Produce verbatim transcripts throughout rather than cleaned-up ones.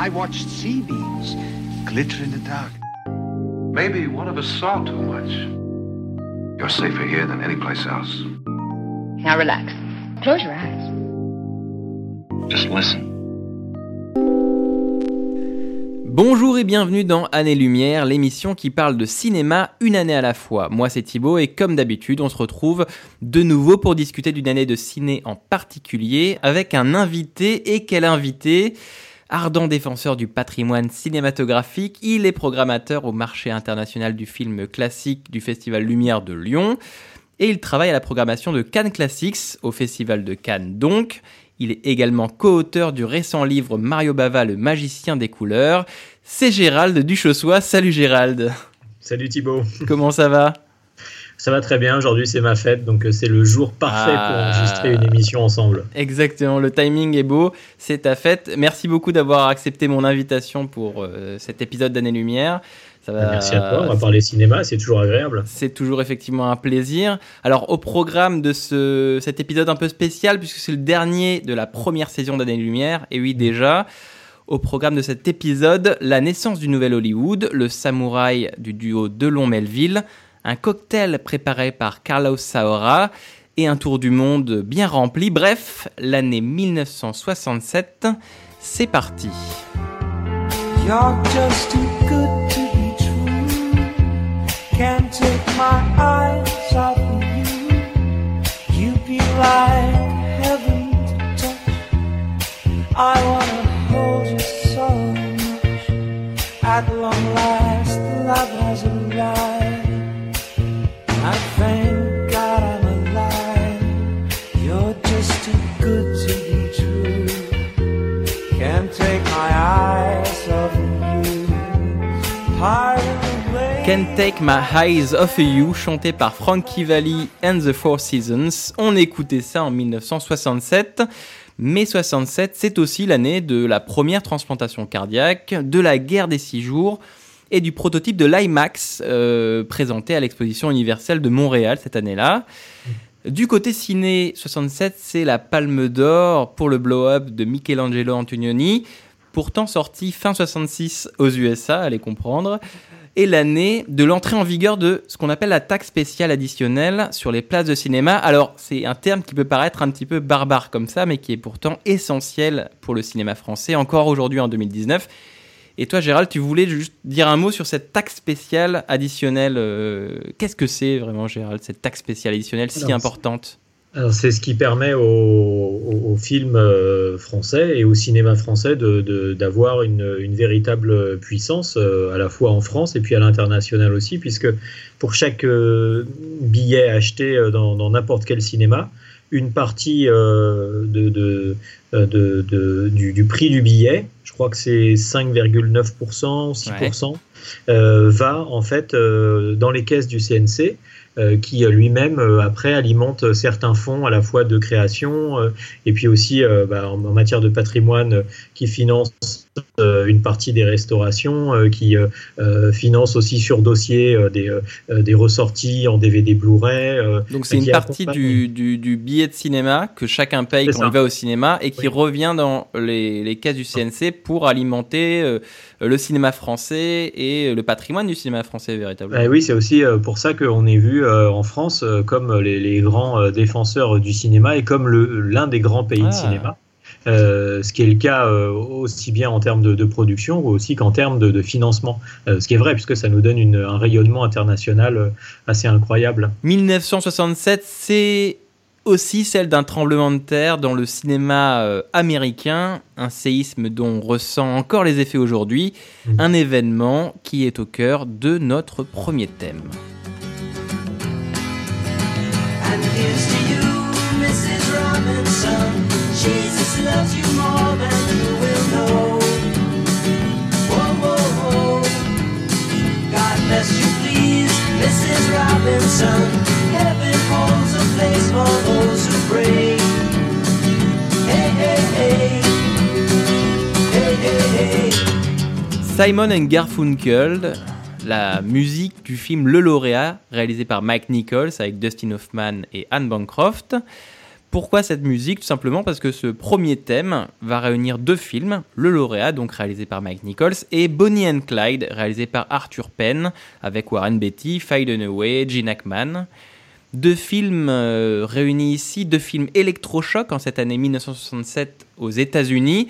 I watched sea beams glitter in the dark. Maybe one of us saw too much. You're safer here than any place else. Now relax. Close your eyes. Just listen. Bonjour et bienvenue dans Année-Lumière, l'émission qui parle de cinéma une année à la fois. Moi c'est Thibaut et comme d'habitude on se retrouve de nouveau pour discuter d'une année de ciné en particulier avec un invité. Et quel invité ? Ardent défenseur du patrimoine cinématographique, il est programmateur au marché international du film classique du Festival Lumière de Lyon et il travaille à la programmation de Cannes Classics au Festival de Cannes donc. Il est également co-auteur du récent livre Mario Bava, le magicien des couleurs. C'est Gérald Duchossois. Salut Gérald. Salut Thibaut. Comment ça va ? Ça va très bien. Aujourd'hui, c'est ma fête, donc c'est le jour parfait ah, pour enregistrer une émission ensemble. Exactement. Le timing est beau. C'est ta fête. Merci beaucoup d'avoir accepté mon invitation pour euh, cet épisode d'Année-Lumière. Ça va... Merci à toi, on va parler cinéma, c'est toujours agréable. C'est toujours effectivement un plaisir. Alors au programme de ce, cet épisode un peu spécial, puisque c'est le dernier de la première saison d'Année-Lumière, et oui déjà, au programme de cet épisode, la naissance du nouvel Hollywood, le samouraï du duo Delon-Melville, un cocktail préparé par Carlos Saura, et un tour du monde bien rempli. Bref, l'année dix-neuf cent soixante-sept, c'est parti. You're just too good to Can't take my eyes off of you. You be like heaven to touch. I wanna hold you so much. At long last, love has arrived. I thank God I'm alive. You're just too good to be true. Can't take my eyes off of you. Pardon. Can't Take My Eyes Off You, chanté par Frankie Valli and the Four Seasons. On écoutait ça en dix-neuf cent soixante-sept. Mais soixante-sept, c'est aussi l'année de la première transplantation cardiaque, de la guerre des six jours et du prototype de l'IMAX euh, présenté à l'exposition universelle de Montréal cette année-là. Du côté ciné, soixante-sept, c'est la Palme d'Or pour le blow-up de Michelangelo Antonioni, pourtant sorti fin soixante-six aux U S A, allez comprendre. Et l'année de l'entrée en vigueur de ce qu'on appelle la taxe spéciale additionnelle sur les places de cinéma. Alors, c'est un terme qui peut paraître un petit peu barbare comme ça, mais qui est pourtant essentiel pour le cinéma français, encore aujourd'hui en deux mille dix-neuf. Et toi, Gérald, tu voulais juste dire un mot sur cette taxe spéciale additionnelle. Euh, qu'est-ce que c'est vraiment, Gérald, cette taxe spéciale additionnelle si Alors, importante ? Alors, c'est ce qui permet aux au, au films français et au cinéma français de, de, d'avoir une, une véritable puissance, à la fois en France et puis à l'international aussi, puisque pour chaque billet acheté dans, dans n'importe quel cinéma, une partie euh, de, de, de, de, du, du prix du billet, je crois que c'est cinq virgule neuf pour cent, six pour cent, ouais. euh, va en fait euh, dans les caisses du C N C. Euh, qui lui-même euh, après alimente certains fonds à la fois de création euh, et puis aussi euh, bah, en, en matière de patrimoine euh, qui finance euh, une partie des restaurations, euh, qui euh, finance aussi sur dossier euh, des, euh, des ressorties en D V D Blu-ray. Euh, Donc c'est une partie du, du, du billet de cinéma que chacun paye c'est quand ça. Il va au cinéma et qui oui. revient dans les, les caisses du C N C pour alimenter euh, le cinéma français et le patrimoine du cinéma français véritablement. Euh, oui, c'est aussi euh, pour ça qu'on est vu euh, en France euh, comme les, les grands euh, défenseurs du cinéma et comme le, l'un des grands pays ah. de cinéma. Euh, ce qui est le cas euh, aussi bien en termes de, de production ou aussi qu'en termes de, de financement. Euh, ce qui est vrai puisque ça nous donne une, un rayonnement international euh, assez incroyable. dix-neuf cent soixante-sept, c'est aussi celle d'un tremblement de terre dans le cinéma euh, américain, un séisme dont on ressent encore les effets aujourd'hui, mmh. un événement qui est au cœur de notre premier thème. And here's to you, Missus Robinson. Jesus loves you more than you will know. Whoa, whoa, whoa. God bless you, please, Missus Robinson. Heaven holds a place for those who pray. Hey, hey, hey. Hey, hey, hey. Simon and Garfunkel, la musique du film Le Lauréat, réalisé par Mike Nichols avec Dustin Hoffman et Anne Bancroft. Pourquoi cette musique ? Tout simplement parce que ce premier thème va réunir deux films, Le Lauréat, donc réalisé par Mike Nichols, et Bonnie and Clyde, réalisé par Arthur Penn, avec Warren Beatty, Faye Dunaway, Gene Hackman. Deux films euh, réunis ici, deux films électrochocs en cette année dix-neuf cent soixante-sept aux États-Unis.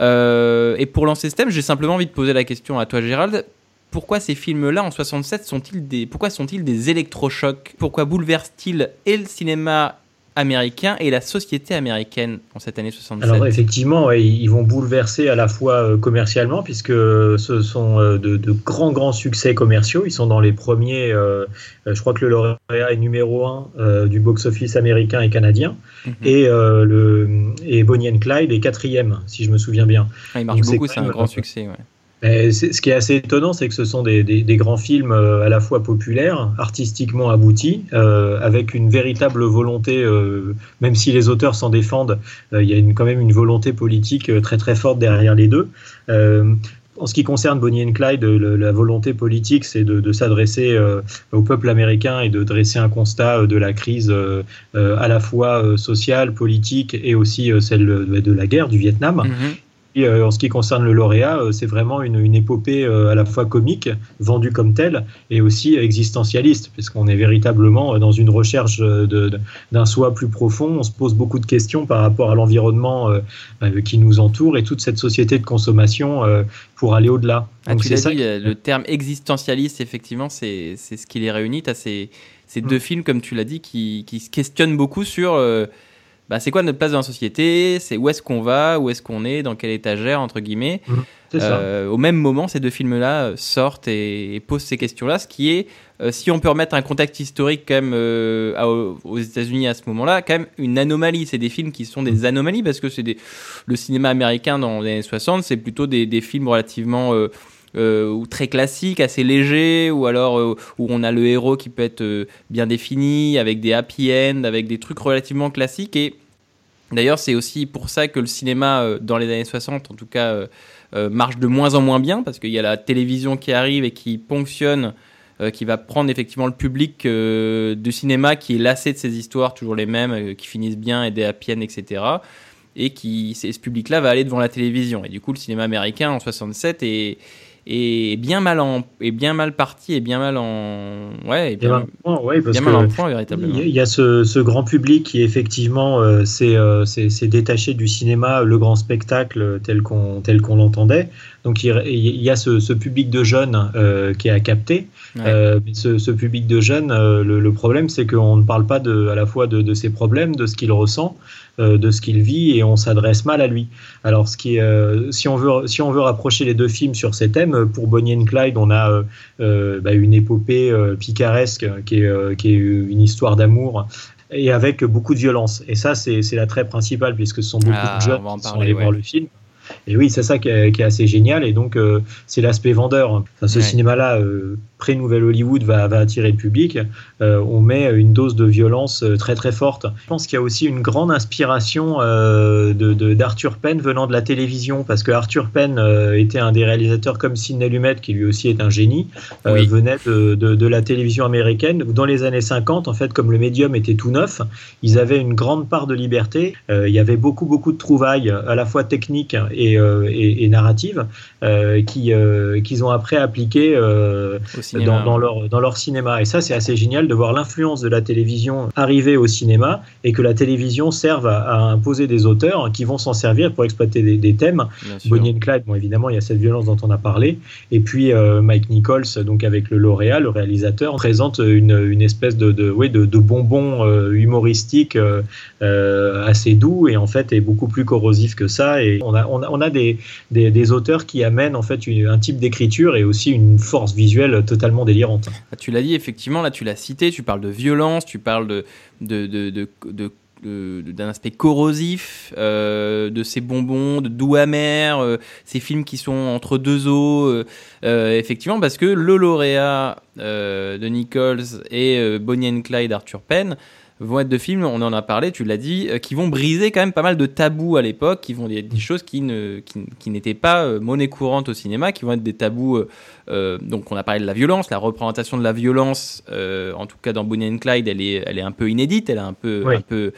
Euh, et pour lancer ce thème, j'ai simplement envie de poser la question à toi, Gérald. Pourquoi ces films-là, en soixante-sept, sont-ils des, pourquoi sont-ils des électrochocs ? Pourquoi bouleversent-ils et le cinéma américain et la société américaine en cette année soixante-sept ? Alors effectivement, ouais, ils vont bouleverser à la fois euh, commercialement, puisque ce sont euh, de, de grands, grands succès commerciaux. Ils sont dans les premiers, euh, je crois que Le Lauréat est numéro un euh, du box-office américain et canadien, mm-hmm. et, euh, le, et Bonnie and Clyde est quatrième, si je me souviens bien. Ah, il marche Donc, beaucoup, c'est, c'est un grand euh, succès, ouais. Mais c'est, ce qui est assez étonnant, c'est que ce sont des, des, des grands films euh, à la fois populaires, artistiquement aboutis, euh, avec une véritable volonté, euh, même si les auteurs s'en défendent, euh, il y a une, quand même une volonté politique euh, très très forte derrière les deux. Euh, En ce qui concerne Bonnie and Clyde, le, la volonté politique, c'est de, de s'adresser euh, au peuple américain et de dresser un constat euh, de la crise euh, euh, à la fois euh, sociale, politique et aussi euh, celle de, de la guerre du Vietnam. Mm-hmm. Et, euh, en ce qui concerne Le Lauréat, euh, c'est vraiment une, une épopée euh, à la fois comique, vendue comme telle, et aussi existentialiste, puisqu'on est véritablement dans une recherche de, de, d'un soi plus profond. On se pose beaucoup de questions par rapport à l'environnement euh, euh, qui nous entoure et toute cette société de consommation euh, pour aller au-delà. Ah, Donc, tu c'est l'as ça dit, qui... le terme existentialiste, effectivement, c'est, c'est ce qui les réunit. Tu as ces, ces mmh. deux films, comme tu l'as dit, qui, qui se questionnent beaucoup sur... Euh, Bah, c'est quoi notre place dans la société ? C'est où est-ce qu'on va ? Où est-ce qu'on est ? Dans quelle étagère, entre guillemets ? Mmh, c'est euh, ça. Au même moment, ces deux films-là sortent et, et posent ces questions-là, ce qui est, euh, si on peut remettre un contexte historique quand même euh, à, aux États-Unis à ce moment-là, quand même une anomalie. C'est des films qui sont des anomalies parce que c'est des, le cinéma américain dans les années soixante, c'est plutôt des, des films relativement... Euh, Euh, ou très classique, assez léger, ou alors euh, où on a le héros qui peut être euh, bien défini, avec des happy end, avec des trucs relativement classiques. Et d'ailleurs, c'est aussi pour ça que le cinéma, euh, dans les années soixante, en tout cas, euh, euh, marche de moins en moins bien, parce qu'il y a la télévision qui arrive et qui ponctionne, euh, qui va prendre effectivement le public euh, du cinéma qui est lassé de ces histoires, toujours les mêmes, euh, qui finissent bien, et des happy end, et cetera. Et qui, c'est, ce public-là va aller devant la télévision. Et du coup, le cinéma américain, en soixante-sept, est... est bien mal en est bien mal parti et bien mal en ouais et bien, bien, mal, ouais, parce bien mal en point véritablement. Il y a ce, ce grand public qui effectivement euh, s'est, euh, s'est, s'est détaché du cinéma, le grand spectacle tel qu'on tel qu'on l'entendait. Donc il, il y a ce, ce public de jeunes euh, qui est à capter. Ouais. Euh, ce, ce public de jeunes, euh, le, le problème c'est qu'on ne parle pas de, à la fois de, de ses problèmes, de ce qu'il ressent, euh, de ce qu'il vit, et on s'adresse mal à lui. Alors ce qui est, euh, si on veut si on veut rapprocher les deux films sur ces thèmes, pour Bonnie and Clyde, on a euh, euh, bah, une épopée euh, picaresque qui est, euh, qui est une histoire d'amour et avec beaucoup de violence. Et ça, c'est, c'est l'attrait principal, puisque ce sont beaucoup ah, de jeunes qui parler, sont allés ouais. voir le film. Et oui, c'est ça qui est, qui est assez génial. Et donc, euh, c'est l'aspect vendeur. Enfin, ce ouais. cinéma-là, euh, pré-Nouvelle Hollywood, va, va attirer le public. Euh, on met une dose de violence très, très forte. Je pense qu'il y a aussi une grande inspiration euh, de, de, d'Arthur Penn venant de la télévision, parce que Arthur Penn euh, était un des réalisateurs comme Sidney Lumet, qui lui aussi est un génie, euh, oui. venait de, de, de la télévision américaine. Dans les années cinquante, en fait, comme le médium était tout neuf, ils avaient une grande part de liberté. Euh, il y avait beaucoup, beaucoup de trouvailles, à la fois techniques et, euh, et, et narratives, euh, qui, euh, qu'ils ont après appliquées euh, dans, dans, leur, dans leur cinéma. Et ça, c'est assez génial de voir l'influence de la télévision arriver au cinéma, et que la télévision serve à, à imposer des auteurs qui vont s'en servir pour exploiter des, des thèmes. Bonnie and Clyde, bon, évidemment, il y a cette violence dont on a parlé. Et puis euh, Mike Nichols, donc avec le lauréat, le réalisateur, présente une, une espèce de, de, ouais, de, de bonbon euh, humoristique euh, euh, assez doux, et en fait est beaucoup plus corrosif que ça. Et on a, on a, on a des, des, des auteurs qui amènent en fait une, un type d'écriture et aussi une force visuelle totalement délirante. Tu l'as dit, effectivement, là tu l'as cité, tu parles de violence, tu parles de, de, de, de, de De, d'un aspect corrosif, euh, de ces bonbons, de doux amer, euh, ces films qui sont entre deux eaux, euh, euh, effectivement, parce que le lauréat euh, de Nichols et euh, Bonnie and Clyde d'Arthur Penn vont être deux films, on en a parlé, tu l'as dit, euh, qui vont briser quand même pas mal de tabous à l'époque, qui vont être des choses qui, ne, qui, qui n'étaient pas euh, monnaie courante au cinéma, qui vont être des tabous. Euh, euh, donc on a parlé de la violence, la représentation de la violence, euh, en tout cas dans Bonnie and Clyde, elle est, elle est un peu inédite, elle est un peu, oui. un peu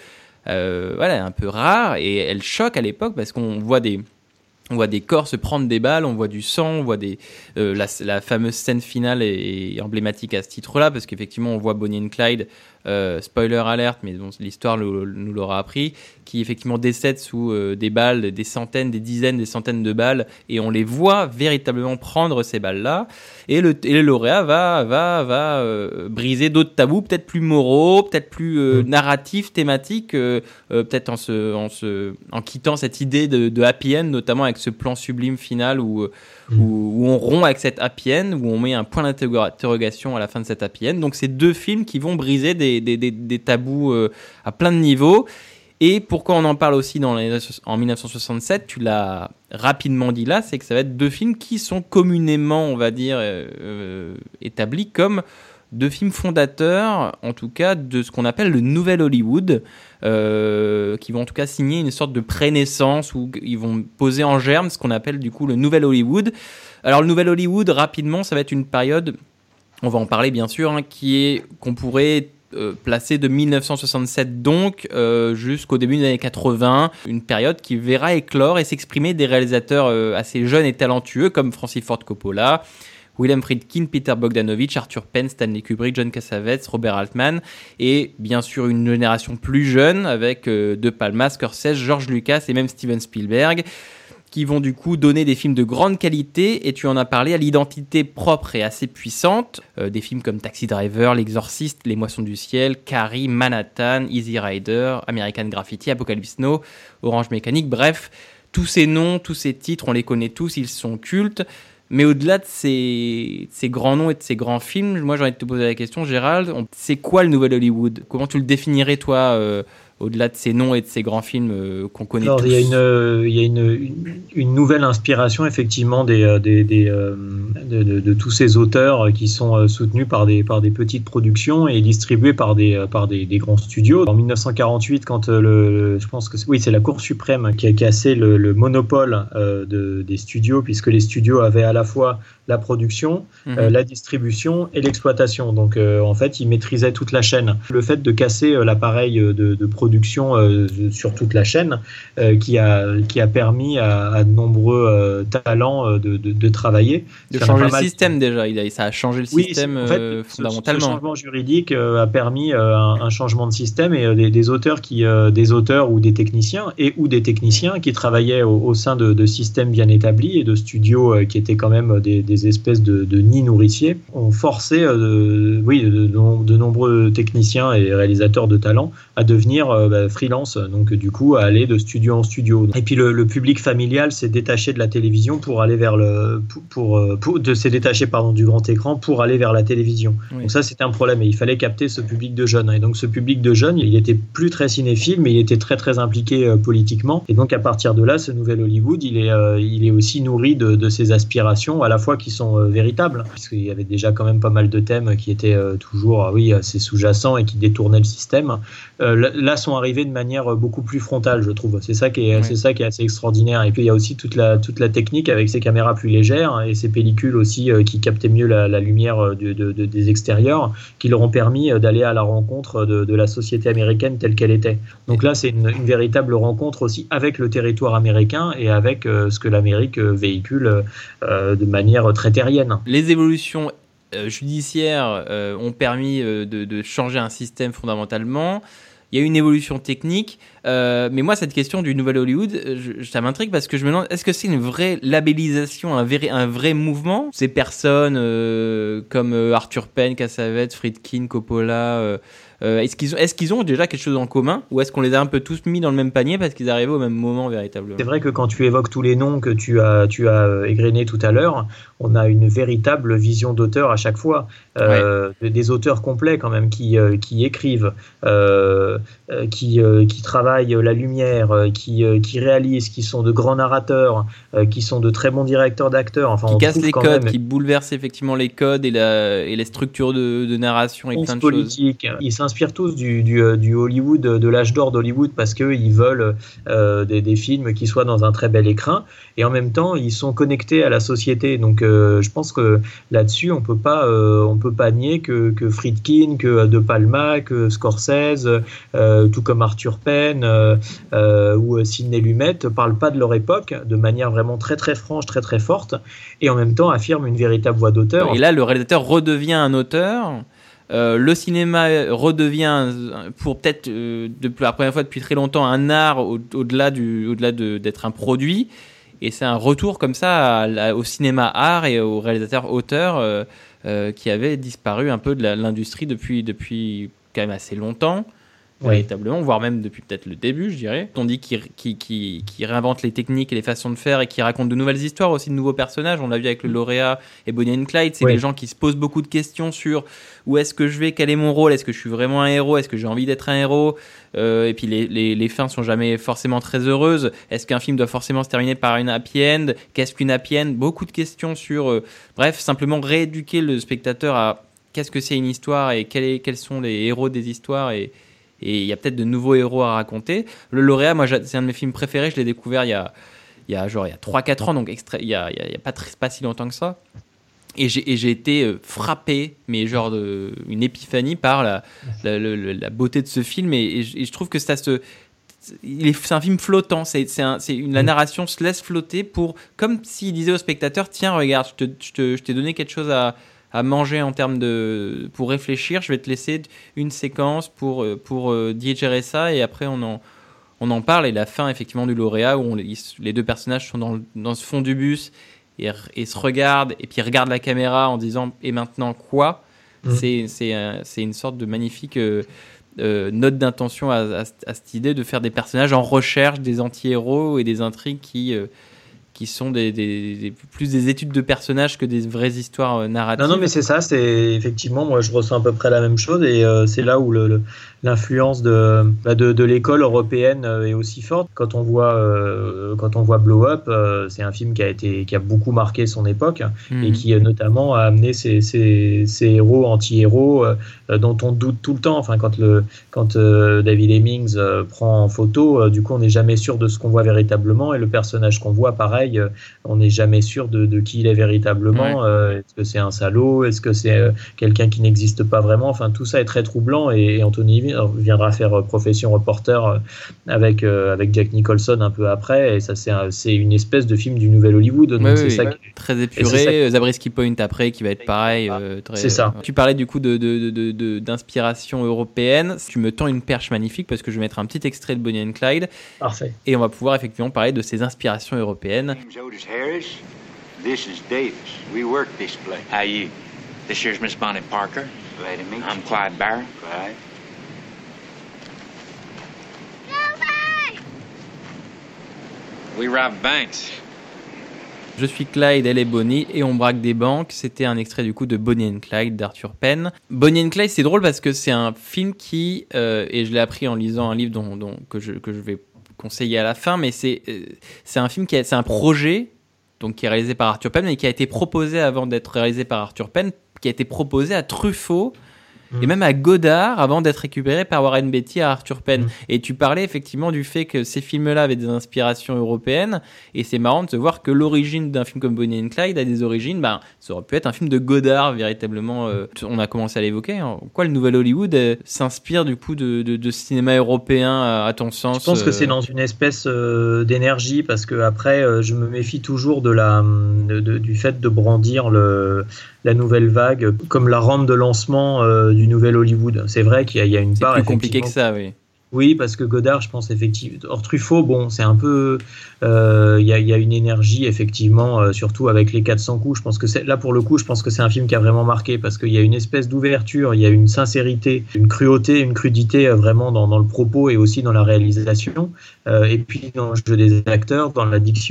euh, voilà, un peu rare, et elle choque à l'époque parce qu'on voit des On voit des corps se prendre des balles, on voit du sang, on voit des, euh, la, la fameuse scène finale est, est emblématique à ce titre-là, parce qu'effectivement, on voit Bonnie and Clyde, euh, spoiler alert, mais bon, l'histoire le, nous l'aura appris, qui effectivement décèdent sous euh, des balles, des centaines, des dizaines, des centaines de balles, et on les voit véritablement prendre ces balles-là, et le, et le lauréat va, va, va euh, briser d'autres tabous, peut-être plus moraux, peut-être plus euh, narratifs, thématiques, euh, euh, peut-être en, se, en, se, en quittant cette idée de, de happy end, notamment avec ce plan sublime final où, mmh. où, où on rompt avec cette happy end, où on met un point d'interrogation à la fin de cette happy end. Donc c'est deux films qui vont briser des, des, des, des tabous euh, à plein de niveaux. Et pourquoi on en parle aussi dans les, en dix-neuf cent soixante-sept, tu l'as rapidement dit là, c'est que ça va être deux films qui sont communément, on va dire, euh, établis comme deux films fondateurs, en tout cas, de ce qu'on appelle le Nouvel Hollywood, euh, qui vont en tout cas signer une sorte de pré-naissance où ils vont poser en germe ce qu'on appelle du coup le Nouvel Hollywood. Alors le Nouvel Hollywood, rapidement, ça va être une période, on va en parler bien sûr, hein, qui est qu'on pourrait euh, placer de dix-neuf cent soixante-sept donc euh, jusqu'au début des années quatre-vingts, une période qui verra éclore et s'exprimer des réalisateurs euh, assez jeunes et talentueux comme Francis Ford Coppola, William Friedkin, Peter Bogdanovich, Arthur Penn, Stanley Kubrick, John Cassavetes, Robert Altman, et bien sûr une génération plus jeune avec euh, De Palma, Scorsese, George Lucas et même Steven Spielberg, qui vont du coup donner des films de grande qualité, et tu en as parlé, à l'identité propre et assez puissante, euh, des films comme Taxi Driver, L'Exorciste, Les Moissons du Ciel, Carrie, Manhattan, Easy Rider, American Graffiti, Apocalypse Now, Orange Mécanique, bref, tous ces noms, tous ces titres, on les connaît tous, ils sont cultes. Mais au-delà de ces, ces grands noms et de ces grands films, moi j'ai envie de te poser la question, Gérald, on, c'est quoi le Nouvel Hollywood ? Comment tu le définirais, toi, euh, au-delà de ces noms et de ces grands films euh, qu'on connaît Alors, tous ? Il y a, une, il y a une, une, une nouvelle inspiration, effectivement, des, des, des, euh, de, de, de tous ces auteurs qui sont soutenus par des, par des petites productions et distribués par des, par des, des grands studios. En dix-neuf cent quarante-huit, quand le, je pense que c'est, oui, c'est la Cour suprême qui a cassé le, le monopole euh, de, des studios, puisque les studios avaient à la fois la production, mmh. euh, la distribution et l'exploitation. Donc, euh, en fait, ils maîtrisaient toute la chaîne. Le fait de casser euh, l'appareil de, de production euh, sur toute la chaîne, euh, qui, a, qui a permis à, à de nombreux euh, talents euh, de, de, de travailler. De changer le système, déjà. Il a, ça a changé le oui, système en fait, euh, fondamentalement. Ce, ce changement juridique euh, a permis euh, un, un changement de système, et euh, des, des, auteurs qui, euh, des auteurs ou des techniciens, et ou des techniciens qui travaillaient au, au sein de, de systèmes bien établis et de studios euh, qui étaient quand même des, des espèces de, de nids nourriciers, ont forcé euh, oui, de, de, de nombreux techniciens et réalisateurs de talent à devenir euh, bah, freelance, donc du coup à aller de studio en studio. Et puis le, le public familial s'est détaché de la télévision pour aller vers le pour, pour, pour de s'est détaché pardon du grand écran pour aller vers la télévision. Oui. Donc ça c'était un problème, et il fallait capter ce public de jeunes. Et donc ce public de jeunes, il était plus très cinéphile, mais il était très très impliqué euh, politiquement. Et donc à partir de là, ce nouvel Hollywood, il est euh, il est aussi nourri de, de ses aspirations, à la fois qui sont euh, véritables, puisqu'il y avait déjà quand même pas mal de thèmes qui étaient euh, toujours ah oui assez sous-jacents et qui détournaient le système. Euh, là sont arrivés de manière beaucoup plus frontale, je trouve. C'est ça qui est, ouais. c'est ça qui est assez extraordinaire. Et puis il y a aussi toute la toute la technique avec ces caméras plus légères et ces pellicules aussi euh, qui captaient mieux la, la lumière de, de, de, des extérieurs, qui leur ont permis d'aller à la rencontre de, de la société américaine telle qu'elle était. Donc là, c'est une, une véritable rencontre aussi avec le territoire américain et avec euh, ce que l'Amérique véhicule euh, de manière très terrienne. Les évolutions euh, judiciaires euh, ont permis euh, de, de changer un système fondamentalement. Il y a eu une évolution technique, euh, mais moi, cette question du Nouvel Hollywood, je, ça m'intrigue parce que je me demande, est-ce que c'est une vraie labellisation, un vrai, un vrai mouvement ? Ces personnes euh, comme Arthur Penn, Cassavetes, Friedkin, Coppola, euh, euh, est-ce qu'ils ont, est-ce qu'ils ont déjà quelque chose en commun, ou est-ce qu'on les a un peu tous mis dans le même panier parce qu'ils arrivaient au même moment véritablement ? C'est vrai que quand tu évoques tous les noms que tu as, tu as égrenés tout à l'heure, on a une véritable vision d'auteur à chaque fois. Euh, ouais. Des auteurs complets quand même qui, euh, qui écrivent, euh, euh, qui, euh, qui travaillent la lumière, euh, qui, euh, qui réalisent, qui sont de grands narrateurs, euh, qui sont de très bons directeurs d'acteurs. Enfin, qui on cassent les quand codes, même... qui bouleversent effectivement les codes et, la, et les structures de, de narration et plein de politique. choses. Ils s'inspirent tous du, du, du Hollywood, de l'âge d'or d'Hollywood, parce qu'ils veulent euh, des, des films qui soient dans un très bel écrin, et en même temps, ils sont connectés à la société. Donc, euh, je pense que là-dessus, on peut pas, euh, on peut pas nier que, que Friedkin, que De Palma, que Scorsese, euh, tout comme Arthur Penn euh, euh, ou Sidney Lumet, parlent pas de leur époque de manière vraiment très très franche, très très forte, et en même temps affirment une véritable voix d'auteur. Et là, le réalisateur redevient un auteur. Euh, le cinéma redevient, pour peut-être euh, de, la première fois depuis très longtemps, un art au, au-delà, du, au-delà de, d'être un produit. Et c'est un retour comme ça à, à, au cinéma art et aux réalisateurs auteurs euh, euh, qui avaient disparu un peu de la, l'industrie depuis, depuis quand même assez longtemps. Oui. Véritablement, voire même depuis peut-être le début, je dirais. On dit qu'il, qu'il, qu'il, qu'il réinvente les techniques et les façons de faire et qu'il raconte de nouvelles histoires, aussi de nouveaux personnages. On l'a vu avec le lauréat et Bonnie and Clyde. C'est oui. des gens qui se posent beaucoup de questions sur où est-ce que je vais, quel est mon rôle, est-ce que je suis vraiment un héros, est-ce que j'ai envie d'être un héros, euh, et puis les, les, les fins sont jamais forcément très heureuses. Est-ce qu'un film doit forcément se terminer par une happy end? Qu'est-ce qu'une happy end? Beaucoup de questions sur, euh, bref, simplement rééduquer le spectateur à qu'est-ce que c'est une histoire et quel est, quels sont les héros des histoires, et Et il y a peut-être de nouveaux héros à raconter. Le lauréat, moi, c'est un de mes films préférés. Je l'ai découvert il y a, il y a, genre, il y a trois quatre ans, donc extra, il y a, il y a, il y a pas, très, pas si longtemps que ça. Et j'ai, et j'ai été frappé, mais genre de, une épiphanie par la, la, la, la beauté de ce film. Et, et, je, et je trouve que ça se... Il est, c'est un film flottant. C'est, c'est un, c'est une, la narration se laisse flotter pour, comme s'il disait au spectateur, tiens, regarde, je, te, je, te, je t'ai donné quelque chose à... à manger en termes de pour réfléchir, je vais te laisser une séquence pour pour digérer ça, et après on en on en parle. Et la fin effectivement du lauréat où on, les deux personnages sont dans dans ce fond du bus et, et se regardent, et puis ils regardent la caméra en disant et maintenant quoi. mmh. c'est c'est c'est une sorte de magnifique euh, euh, note d'intention à, à, à cette idée de faire des personnages en recherche des anti-héros et des intrigues qui euh, qui sont des, des, des, plus des études de personnages que des vraies histoires narratives. Non, non, mais c'est ça, c'est effectivement, moi je ressens à peu près la même chose, et euh, c'est là où le, le, l'influence de, bah de, de l'école européenne est aussi forte. Quand on voit, euh, quand on voit Blow Up, euh, c'est un film qui a, été, qui a beaucoup marqué son époque, mmh. et qui notamment a amené ces, ces, ces héros anti-héros euh, dont on doute tout le temps. Enfin, quand, le, quand euh, David Hemmings euh, prend en photo, euh, du coup on n'est jamais sûr de ce qu'on voit véritablement, et le personnage qu'on voit, pareil, on n'est jamais sûr de, de qui il est véritablement. Ouais. Euh, est-ce que c'est un salaud? Est-ce que c'est euh, quelqu'un qui n'existe pas vraiment? Enfin, tout ça est très troublant, et, et Anthony viendra faire euh, profession reporter euh, avec, euh, avec Jack Nicholson un peu après, et ça c'est, un, c'est une espèce de film du nouvel Hollywood. Donc ouais, c'est oui, ça ouais. qui... Très épuré, qui... Zabriskie Point après qui va être pareil. Euh, très... C'est ça. Tu parlais du coup de, de, de, de, d'inspiration européenne. Tu me tends une perche magnifique parce que je vais mettre un petit extrait de Bonnie and Clyde. Parfait. Et on va pouvoir effectivement parler de ces inspirations européennes. Otis Harris. This is Davis. We work this place. How you? This here's Miss Bonnie Parker. Glad to meet you. I'm Clyde Barrow. Clyde. We rob banks. Je suis Clyde, elle est Bonnie, et on braque des banques. C'était un extrait du coup de Bonnie and Clyde d'Arthur Penn. Bonnie and Clyde, c'est drôle parce que c'est un film qui, euh, et je l'ai appris en lisant un livre dont, dont, que, je, que je vais conseiller à la fin, mais c'est, euh, c'est un film qui a, c'est un projet donc, qui est réalisé par Arthur Penn, mais qui a été proposé avant d'être réalisé par Arthur Penn, qui a été proposé à Truffaut, mmh. et même à Godard avant d'être récupéré par Warren Beatty à Arthur Penn. Mmh. Et tu parlais effectivement du fait que ces films-là avaient des inspirations européennes, et c'est marrant de se voir que l'origine d'un film comme Bonnie and Clyde a des origines, ben, ça aurait pu être un film de Godard véritablement. Euh, on a commencé à l'évoquer. Hein. Quoi, le nouvel Hollywood euh, s'inspire du coup de, de, de cinéma européen à, à ton sens? Je pense euh... que c'est dans une espèce euh, d'énergie, parce que après, euh, je me méfie toujours de la, de, de, du fait de brandir le la nouvelle vague comme la rampe de lancement euh, du nouvel Hollywood. C'est vrai qu'il y a, il y a une c'est part... C'est plus compliqué que ça, oui. Oui, parce que Godard, je pense effectivement... Or, Truffaut, bon, c'est un peu... Euh, il y a, il y a une énergie, effectivement, euh, surtout avec les quatre cents coups. Je pense que c'est, là, pour le coup, je pense que c'est un film qui a vraiment marqué, parce qu'il y a une espèce d'ouverture, il y a une sincérité, une cruauté, une crudité euh, vraiment dans, dans le propos et aussi dans la réalisation. Euh, et puis, dans le jeu des acteurs, dans la diction,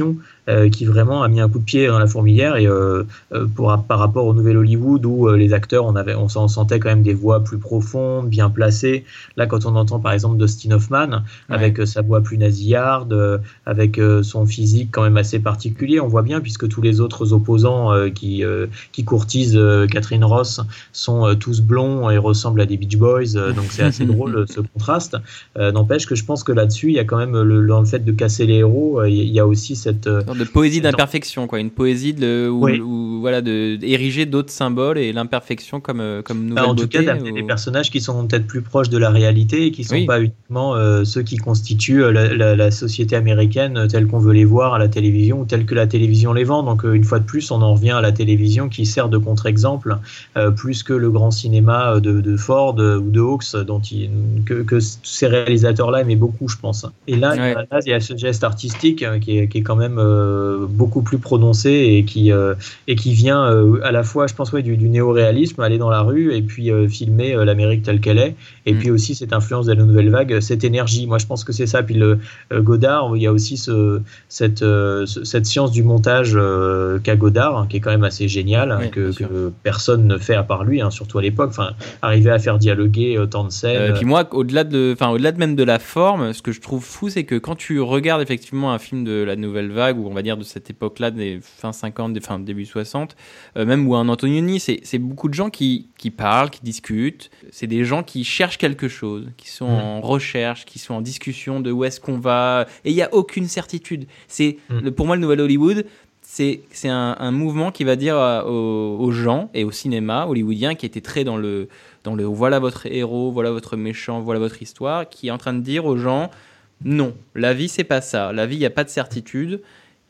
euh, qui vraiment a mis un coup de pied dans la fourmilière. Et euh, pour, par rapport au nouvel Hollywood où euh, les acteurs, on, avait, on, on sentait quand même des voix plus profondes, bien placées. Là, quand on entend par exemple Dustin Hoffman, ouais. avec euh, sa voix plus nasillarde, euh, avec euh, son physique quand même assez particulier, on voit bien, puisque tous les autres opposants euh, qui, euh, qui courtisent euh, Catherine Ross sont euh, tous blonds et ressemblent à des Beach Boys, euh, donc c'est assez drôle ce contraste. Euh, n'empêche que je pense que là-dessus, il y a quand même, le, dans le fait de casser les héros, euh, il y a aussi cette... Euh, de poésie d'imperfection, quoi, une poésie de, où, oui. où, voilà, de, d'ériger d'autres symboles et l'imperfection comme, comme nouvelle bah, en beauté. En tout cas, d'amener ou... des personnages qui sont peut-être plus proches de la réalité et qui ne sont oui. pas uniquement euh, ceux qui constituent la, la, la société américaine telle qu'on veut les voir à la télévision ou telle que la télévision les vend. Donc, euh, une fois de plus, on en revient à la télévision qui sert de contre-exemple euh, plus que le grand cinéma de, de Ford euh, ou de Hawks, dont il, que, que ces réalisateurs-là aimaient beaucoup, je pense. Et là, ouais. là il y a ce geste artistique euh, qui, est, qui est quand même euh, beaucoup plus prononcé et qui, euh, et qui vient euh, à la fois, je pense, ouais, du, du néo-réalisme, aller dans la rue et puis euh, filmer euh, l'Amérique telle qu'elle est. Et mmh. puis aussi cette influence de la nouvelle vague, cette énergie. Moi, je pense que c'est ça. Puis le euh, Godard, il y a aussi ce, cette, euh, cette science du montage euh, qu'a Godard, hein, qui est quand même assez génial, oui, que, que personne ne fait à part lui, hein, surtout à l'époque. Enfin, arriver à faire dialoguer autant de scènes. Euh, et puis moi, au-delà de, enfin, au-delà de même de la forme, ce que je trouve fou, c'est que quand tu regardes effectivement un film de la nouvelle vague, ou on va dire de cette époque-là, des fin cinquante, des fin début soixante, euh, même ou un Antonioni, c'est, c'est beaucoup de gens qui, qui parlent, qui discutent. C'est des gens qui cherchent quelque chose, qui sont mmh. en recherche, qui sont en discussion de où est-ce qu'on va. Et il n'y a aucune certitude. C'est, mmh. le, pour moi, le nouvel Hollywood, c'est, c'est un, un mouvement qui va dire à, aux, aux gens et au cinéma hollywoodien qui était très dans le, dans le voilà votre héros, voilà votre méchant, voilà votre histoire, qui est en train de dire aux gens non, la vie c'est pas ça. La vie, il n'y a pas de certitude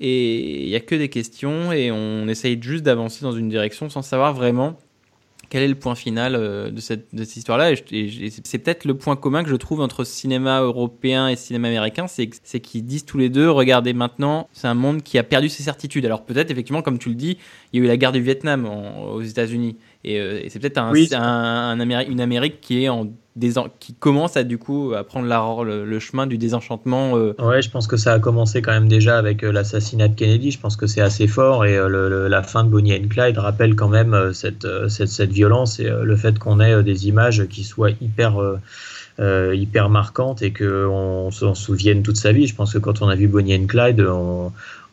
et il n'y a que des questions et on essaye juste d'avancer dans une direction sans savoir vraiment quel est le point final de cette, de cette histoire-là. Et, je, et c'est peut-être le point commun que je trouve entre cinéma européen et cinéma américain, c'est, c'est qu'ils disent tous les deux, regardez maintenant, c'est un monde qui a perdu ses certitudes. Alors peut-être, effectivement, comme tu le dis, il y a eu la guerre du Vietnam en, aux États-Unis. Et, euh, et c'est peut-être un, oui, un, un Amérique, une Amérique qui est en désen... qui commence à du coup à prendre la, le, le chemin du désenchantement. Euh... Ouais, je pense que ça a commencé quand même déjà avec euh, l'assassinat de Kennedy. Je pense que c'est assez fort et euh, le, le, la fin de Bonnie and Clyde rappelle quand même euh, cette, euh, cette cette violence et euh, le fait qu'on ait euh, des images qui soient hyper euh, euh, hyper marquantes et qu'on s'en souvienne toute sa vie. Je pense que quand on a vu Bonnie and Clyde, on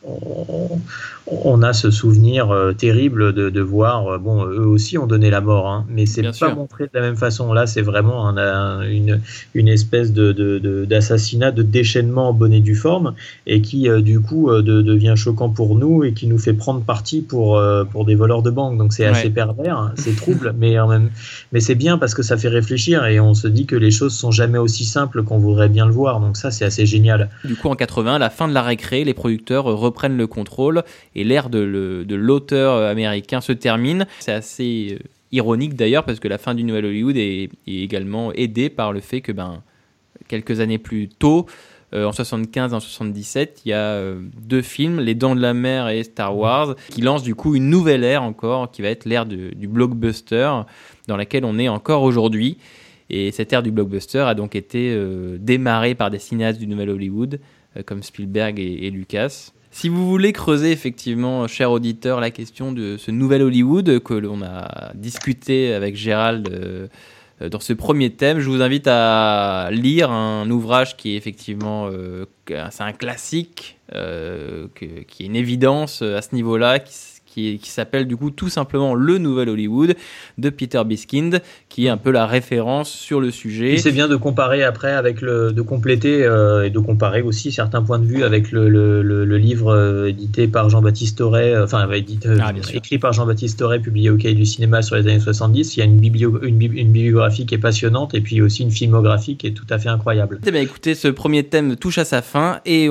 On, on a ce souvenir euh, terrible de, de voir, euh, bon, eux aussi ont donné la mort, hein, mais c'est Bien pas sûr. montré de la même façon. Là, c'est vraiment un, un, une, une espèce de, de, de, d'assassinat, de déchaînement en bonne et due forme, et qui, euh, du coup, euh, de, devient choquant pour nous et qui nous fait prendre parti pour, euh, pour des voleurs de banque. Donc, c'est ouais. assez pervers, hein, c'est trouble, mais, en même, mais c'est bien parce que ça fait réfléchir et on se dit que les choses sont jamais aussi simples qu'on voudrait bien le voir. Donc, ça, c'est assez génial. Du coup, en quatre-vingts, à la fin de la récré, les producteurs reprennent le contrôle et l'ère de, le, de l'auteur américain se termine. C'est assez euh, ironique d'ailleurs parce que la fin du Nouvel Hollywood est, est également aidée par le fait que ben, quelques années plus tôt, euh, en soixante-quinze et en soixante-dix-sept, il y a euh, deux films, Les Dents de la Mer et Star Wars, qui lancent du coup une nouvelle ère encore, qui va être l'ère de, du blockbuster dans laquelle on est encore aujourd'hui. Et cette ère du blockbuster a donc été euh, démarrée par des cinéastes du Nouvel Hollywood euh, comme Spielberg et, et Lucas. Si vous voulez creuser effectivement, cher auditeur, la question de ce nouvel Hollywood que l'on a discuté avec Gérald euh, dans ce premier thème, je vous invite à lire un ouvrage qui est effectivement euh, c'est un classique, euh, que, qui est une évidence à ce niveau-là, qui Qui, qui s'appelle du coup tout simplement Le Nouvel Hollywood de Peter Biskind, qui est un peu la référence sur le sujet. Et c'est bien de comparer après avec le, de compléter euh, et de comparer aussi certains points de vue avec le, le, le, le livre euh, édité par Jean-Baptiste Aurey, euh, enfin édité, euh, ah, écrit par Jean-Baptiste Aurey, publié au Cahier du cinéma sur les années soixante-dix. Il y a une, biblio, une, une bibliographie qui est passionnante et puis aussi une filmographie qui est tout à fait incroyable. Eh bien, écoutez, ce premier thème touche à sa fin et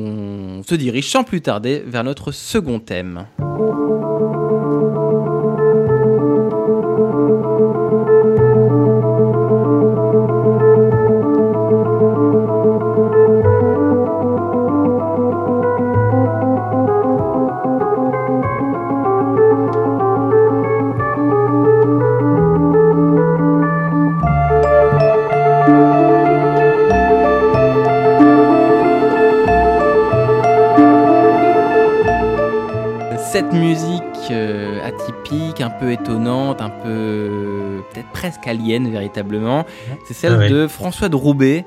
on se dirige sans plus tarder vers notre second thème. Cette musique euh, atypique, un peu étonnante, un peu euh, peut-être presque alien véritablement, c'est celle ah ouais. de François de Roubaix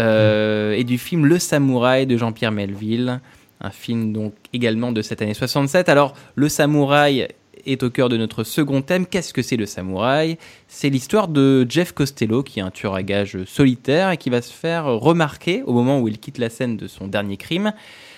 euh, et du film Le Samouraï de Jean-Pierre Melville, un film donc également de cette année soixante-sept. Alors le samouraï est au cœur de notre second thème. Qu'est-ce que c'est le samouraï ? C'est l'histoire de Jeff Costello, qui est un tueur à gages solitaire et qui va se faire remarquer au moment où il quitte la scène de son dernier crime.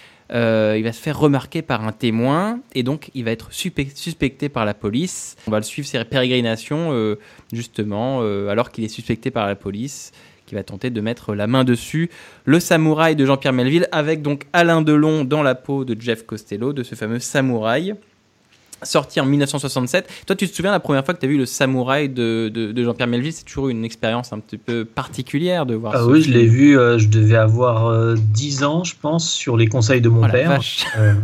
Euh, il va se faire remarquer par un témoin et donc il va être suspect, suspecté par la police. On va le suivre ses pérégrinations euh, justement euh, alors qu'il est suspecté par la police, qui va tenter de mettre la main dessus. Le Samouraï de Jean-Pierre Melville, avec donc Alain Delon dans la peau de Jeff Costello, de ce fameux samouraï, sorti en dix-neuf cent soixante-sept. Toi, tu te souviens la première fois que tu as vu Le Samouraï de, de, de Jean-Pierre Melville ? C'est toujours une expérience un petit peu particulière de voir ah ce oui, film. Je l'ai vu, euh, je devais avoir euh, dix ans, je pense, sur les conseils de mon oh, père. Euh...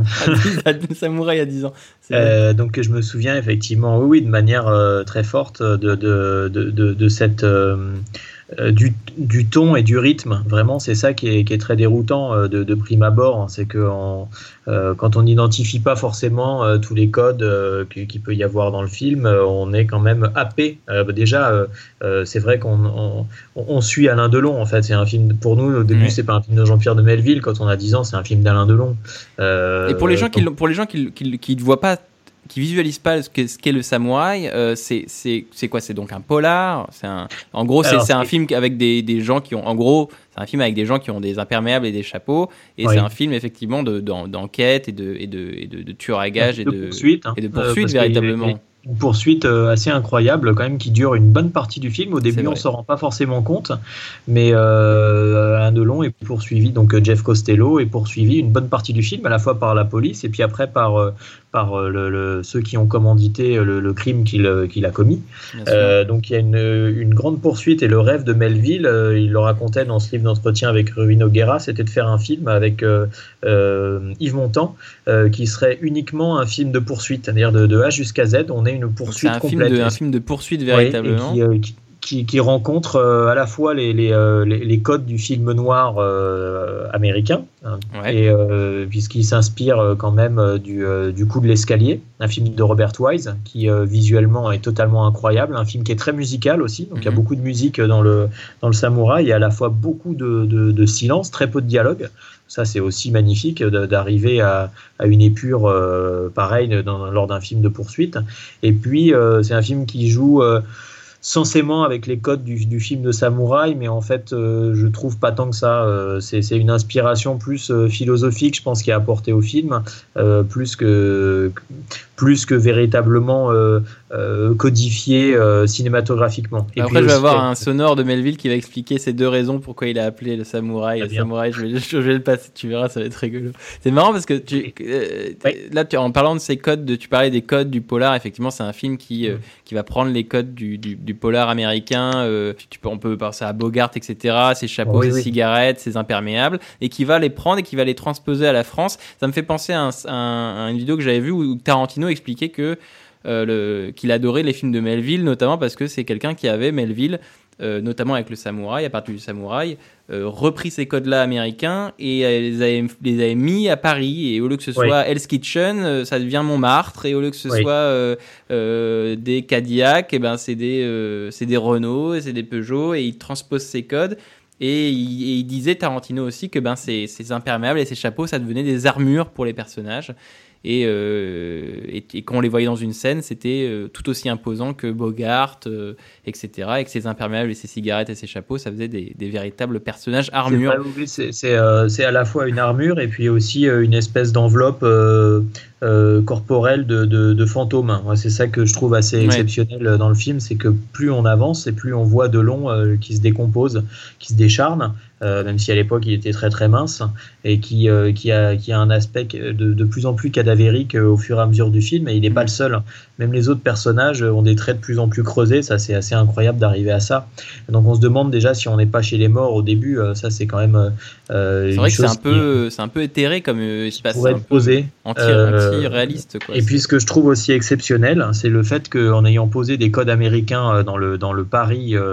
Le Samouraï à dix ans. Euh, donc je me souviens effectivement, oui, oui de manière euh, très forte de, de, de, de, de cette... Euh, Euh, du, du ton et du rythme, vraiment c'est ça qui est, qui est très déroutant euh, de, de prime abord, hein. C'est que on, euh, quand on n'identifie pas forcément euh, tous les codes euh, qu'il qui peut y avoir dans le film, euh, on est quand même happé. Euh, déjà euh, euh, c'est vrai qu'on on, on suit Alain Delon en fait, c'est un film pour nous au début, mmh. c'est pas un film de Jean-Pierre de Melville, quand on a dix ans c'est un film d'Alain Delon. Euh, et pour les gens qui pour les gens qui qui, qui ne voient pas, qui visualise pas ce qu'est, ce qu'est le samouraï, euh, c'est, c'est, c'est quoi ? C'est donc un polar. C'est un, en gros, c'est, Alors, c'est, c'est un film avec des, des gens qui ont, en gros, c'est un film avec des gens qui ont des imperméables et des chapeaux. Et oui. c'est un film effectivement de, d'enquête et de, et de, et de, de tueur à gages et de, de poursuite, hein, et de poursuite euh, véritablement. Une poursuite assez incroyable quand même qui dure une bonne partie du film. Au début on s'en rend pas forcément compte, mais euh, Alain Delon est poursuivi, donc Jeff Costello est poursuivi une bonne partie du film à la fois par la police et puis après par, par le, le, ceux qui ont commandité le, le crime qu'il, qu'il a commis. Euh, donc il y a une, une grande poursuite et le rêve de Melville, euh, il le racontait dans ce livre d'entretien avec Ruy Nogueira, c'était de faire un film avec euh, euh, Yves Montand euh, qui serait uniquement un film de poursuite, c'est-à-dire de, de A jusqu'à Z. On est une poursuite c'est un complète. Film de, un film de poursuite véritablement. Oui, et qui, euh, qui, qui, qui rencontre euh, à la fois les, les, euh, les, les codes du film noir euh, américain, hein, ouais. et, euh, puisqu'il s'inspire euh, quand même euh, du, euh, du Coup de l'escalier, un film de Robert Wise qui euh, visuellement est totalement incroyable, un film qui est très musical aussi, donc il mm-hmm. y a beaucoup de musique dans le, dans le Samouraï et à la fois beaucoup de, de, de silence, très peu de dialogue. Ça, c'est aussi magnifique d'arriver à, à une épure euh, pareille dans, lors d'un film de poursuite. Et puis, euh, c'est un film qui joue euh, censément avec les codes du, du film de samouraï, mais en fait, euh, je trouve pas tant que ça. Euh, c'est, c'est une inspiration plus euh, philosophique, je pense, qui est apportée au film, euh, plus que plus que véritablement euh, euh, codifié euh, cinématographiquement. Et après, je vais avoir un sonore de Melville qui va expliquer ces deux raisons pourquoi il a appelé le samouraï. Le samouraï, je vais, je vais le passer, tu verras, ça va être rigolo. C'est marrant parce que tu, euh, oui. là, tu, en parlant de ces codes, de, tu parlais des codes du polar. Effectivement, c'est un film qui, euh, mmh. qui va prendre les codes du, du, du polar américain. Euh, tu peux, on peut penser à Bogart, et cetera. Ses chapeaux, oui, ses oui. cigarettes, ses imperméables, et qui va les prendre et qui va les transposer à la France. Ça me fait penser à, un, à, un, à une vidéo que j'avais vue où Tarantino expliquait que euh, le, qu'il adorait les films de Melville, notamment parce que c'est quelqu'un qui avait, Melville, euh, notamment avec le samouraï, à partir du samouraï, euh, repris ces codes-là américains et euh, les, avait, les avait mis à Paris. Et au lieu que ce soit oui. Hell's Kitchen, euh, ça devient Montmartre. Et au lieu que ce oui. soit euh, euh, des Cadillac, eh ben, c'est, des, euh, c'est des Renault, et c'est des Peugeot, et il transpose ces codes. Et il, et il disait, Tarantino aussi, que ben, ces, ces imperméables et ces chapeaux, ça devenait des armures pour les personnages. Et, euh, et, et quand on les voyait dans une scène, c'était euh, tout aussi imposant que Bogart, euh, et cetera. Avec ses imperméables et ses cigarettes et ses chapeaux, ça faisait des, des véritables personnages armures. C'est, vrai, oui, c'est, c'est, euh, c'est à la fois une armure et puis aussi euh, une espèce d'enveloppe euh, euh, corporelle de, de, de fantôme. Moi, c'est ça que je trouve assez exceptionnel ouais. dans le film, c'est que plus on avance et plus on voit Delon euh, qui se décompose, qui se décharne. Euh, même si à l'époque il était très très mince et qui, euh, qui, a, qui a un aspect de, de plus en plus cadavérique euh, au fur et à mesure du film, et il n'est pas le seul. Même les autres personnages ont des traits de plus en plus creusés, ça c'est assez incroyable d'arriver à ça. Donc on se demande déjà si on n'est pas chez les morts au début, euh, ça c'est quand même euh, c'est vrai que c'est un, peu, c'est un peu éthéré comme espace, pourrait être posé. Anti, euh, anti-réaliste quoi. Et puis ce que je trouve aussi exceptionnel, c'est le fait qu'en ayant posé des codes américains dans le, dans le Paris euh,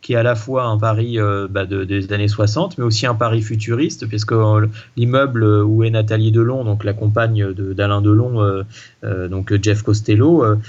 qui est à la fois un Paris euh, bah, de, des années soixante, mais aussi un Paris futuriste, puisque euh, l'immeuble où est Nathalie Delon, donc la compagne de, d'Alain Delon, euh, euh, donc Jeff Costello, euh,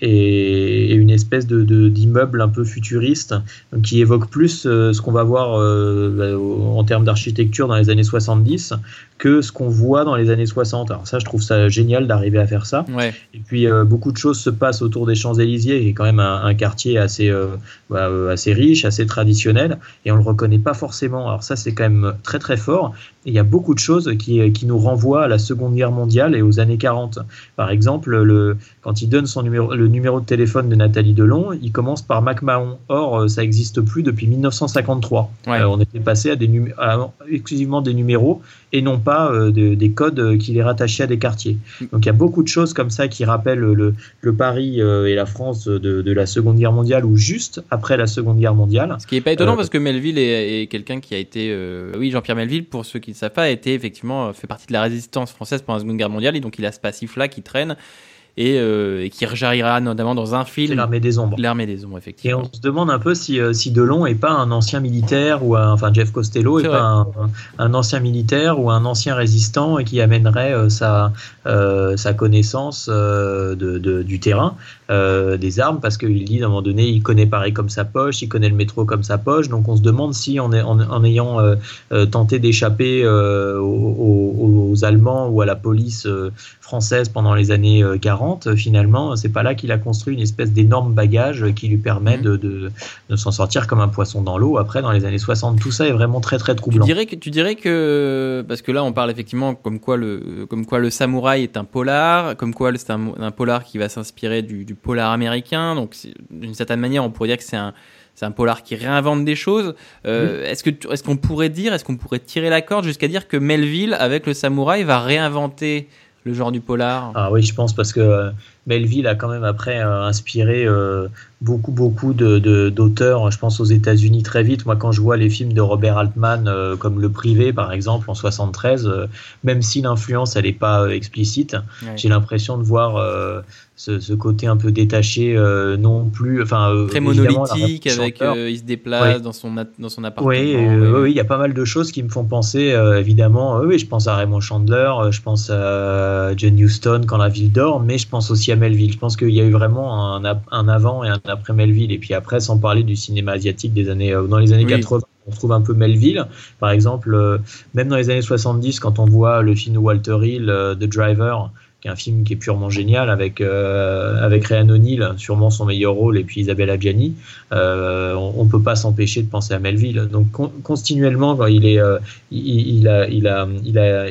et une espèce de, de, d'immeuble un peu futuriste qui évoque plus euh, ce qu'on va voir euh, en termes d'architecture dans les années soixante-dix que ce qu'on voit dans les années soixante. Alors ça, je trouve ça génial d'arriver à faire ça. Ouais. Et puis, euh, beaucoup de choses se passent autour des Champs-Élysées, qui est quand même un, un quartier assez, euh, bah, assez riche, assez traditionnel, et on le reconnaît pas forcément. Alors ça, c'est quand même très très fort. Et il y a beaucoup de choses qui, qui nous renvoient à la Seconde Guerre mondiale et aux années quarante. Par exemple, le, quand il donne son numéro, le numéro de téléphone de Nathalie Delon, il commence par MacMahon. Or, ça n'existe plus depuis mille neuf cent cinquante-trois. Ouais. Euh, on était passé à, des numé- à exclusivement des numéros et non pas euh, de, des codes qui les rattachaient à des quartiers. Donc il y a beaucoup de choses comme ça qui rappellent le, le Paris euh, et la France de, de la Seconde Guerre mondiale ou juste après la Seconde Guerre mondiale. Ce qui n'est pas étonnant euh, parce que Melville est, est quelqu'un qui a été... Euh, oui, Jean-Pierre Melville, pour ceux qui ne savent pas, a été effectivement fait partie de la résistance française pendant la Seconde Guerre mondiale et donc il a ce passif-là qui traîne. Et, euh, et qui rejaillira notamment dans un film. C'est l'Armée des Ombres. L'Armée des Ombres, effectivement. Et on se demande un peu si, euh, si Delon n'est pas un ancien militaire, ou un, enfin Jeff Costello n'est pas un, un ancien militaire ou un ancien résistant et qui amènerait euh, sa, euh, sa connaissance euh, de, de, du terrain, euh, des armes, parce qu'il dit à un moment donné, il connaît Paris comme sa poche, il connaît le métro comme sa poche, donc on se demande si en, en, en ayant euh, euh, tenté d'échapper euh, aux, aux, aux Allemands ou à la police euh, française pendant les années quarante, finalement, c'est pas là qu'il a construit une espèce d'énorme bagage qui lui permet de, de, de s'en sortir comme un poisson dans l'eau. Après, dans les années soixante, tout ça est vraiment très très troublant. Tu dirais que, tu dirais que parce que là, on parle effectivement comme quoi le, comme quoi le samouraï est un polar, comme quoi c'est un, un polar qui va s'inspirer du, du polar américain. Donc, d'une certaine manière, on pourrait dire que c'est un C'est un polar qui réinvente des choses. Euh, oui. Est-ce que, est-ce qu'on pourrait dire, est-ce qu'on pourrait tirer la corde jusqu'à dire que Melville, avec le samouraï, va réinventer le genre du polar? Ah oui, je pense, parce que euh, Melville a quand même après euh, inspiré euh, beaucoup, beaucoup de, de, d'auteurs, je pense aux États-Unis très vite. Moi, quand je vois les films de Robert Altman, euh, comme Le Privé, par exemple, en soixante-treize, euh, même si l'influence, elle n'est pas euh, explicite, ouais. J'ai l'impression de voir euh, ce, ce côté un peu détaché, euh, non plus... Enfin, euh, très monolithique, avec euh, il se déplace ouais. dans, son, dans son appartement. Oui, euh, oui, il y a pas mal de choses qui me font penser, euh, évidemment, euh, oui, je pense à Raymond Chandler, euh, je pense à John Huston, Quand la ville dort, mais je pense aussi à Melville. Je pense qu'il y a eu vraiment un, un avant et un après Melville. Et puis après, sans parler du cinéma asiatique des années, euh, dans les années oui. quatre-vingts, on trouve un peu Melville. Par exemple, euh, même dans les années soixante-dix, quand on voit le film de Walter Hill, euh, The Driver, qui est un film qui est purement génial, avec, euh, avec Ryan O'Neal, sûrement son meilleur rôle, et puis Isabelle Adjani, euh, on ne peut pas s'empêcher de penser à Melville. Donc con- continuellement, quand il, est, euh, il, il, a, il, a, il, a,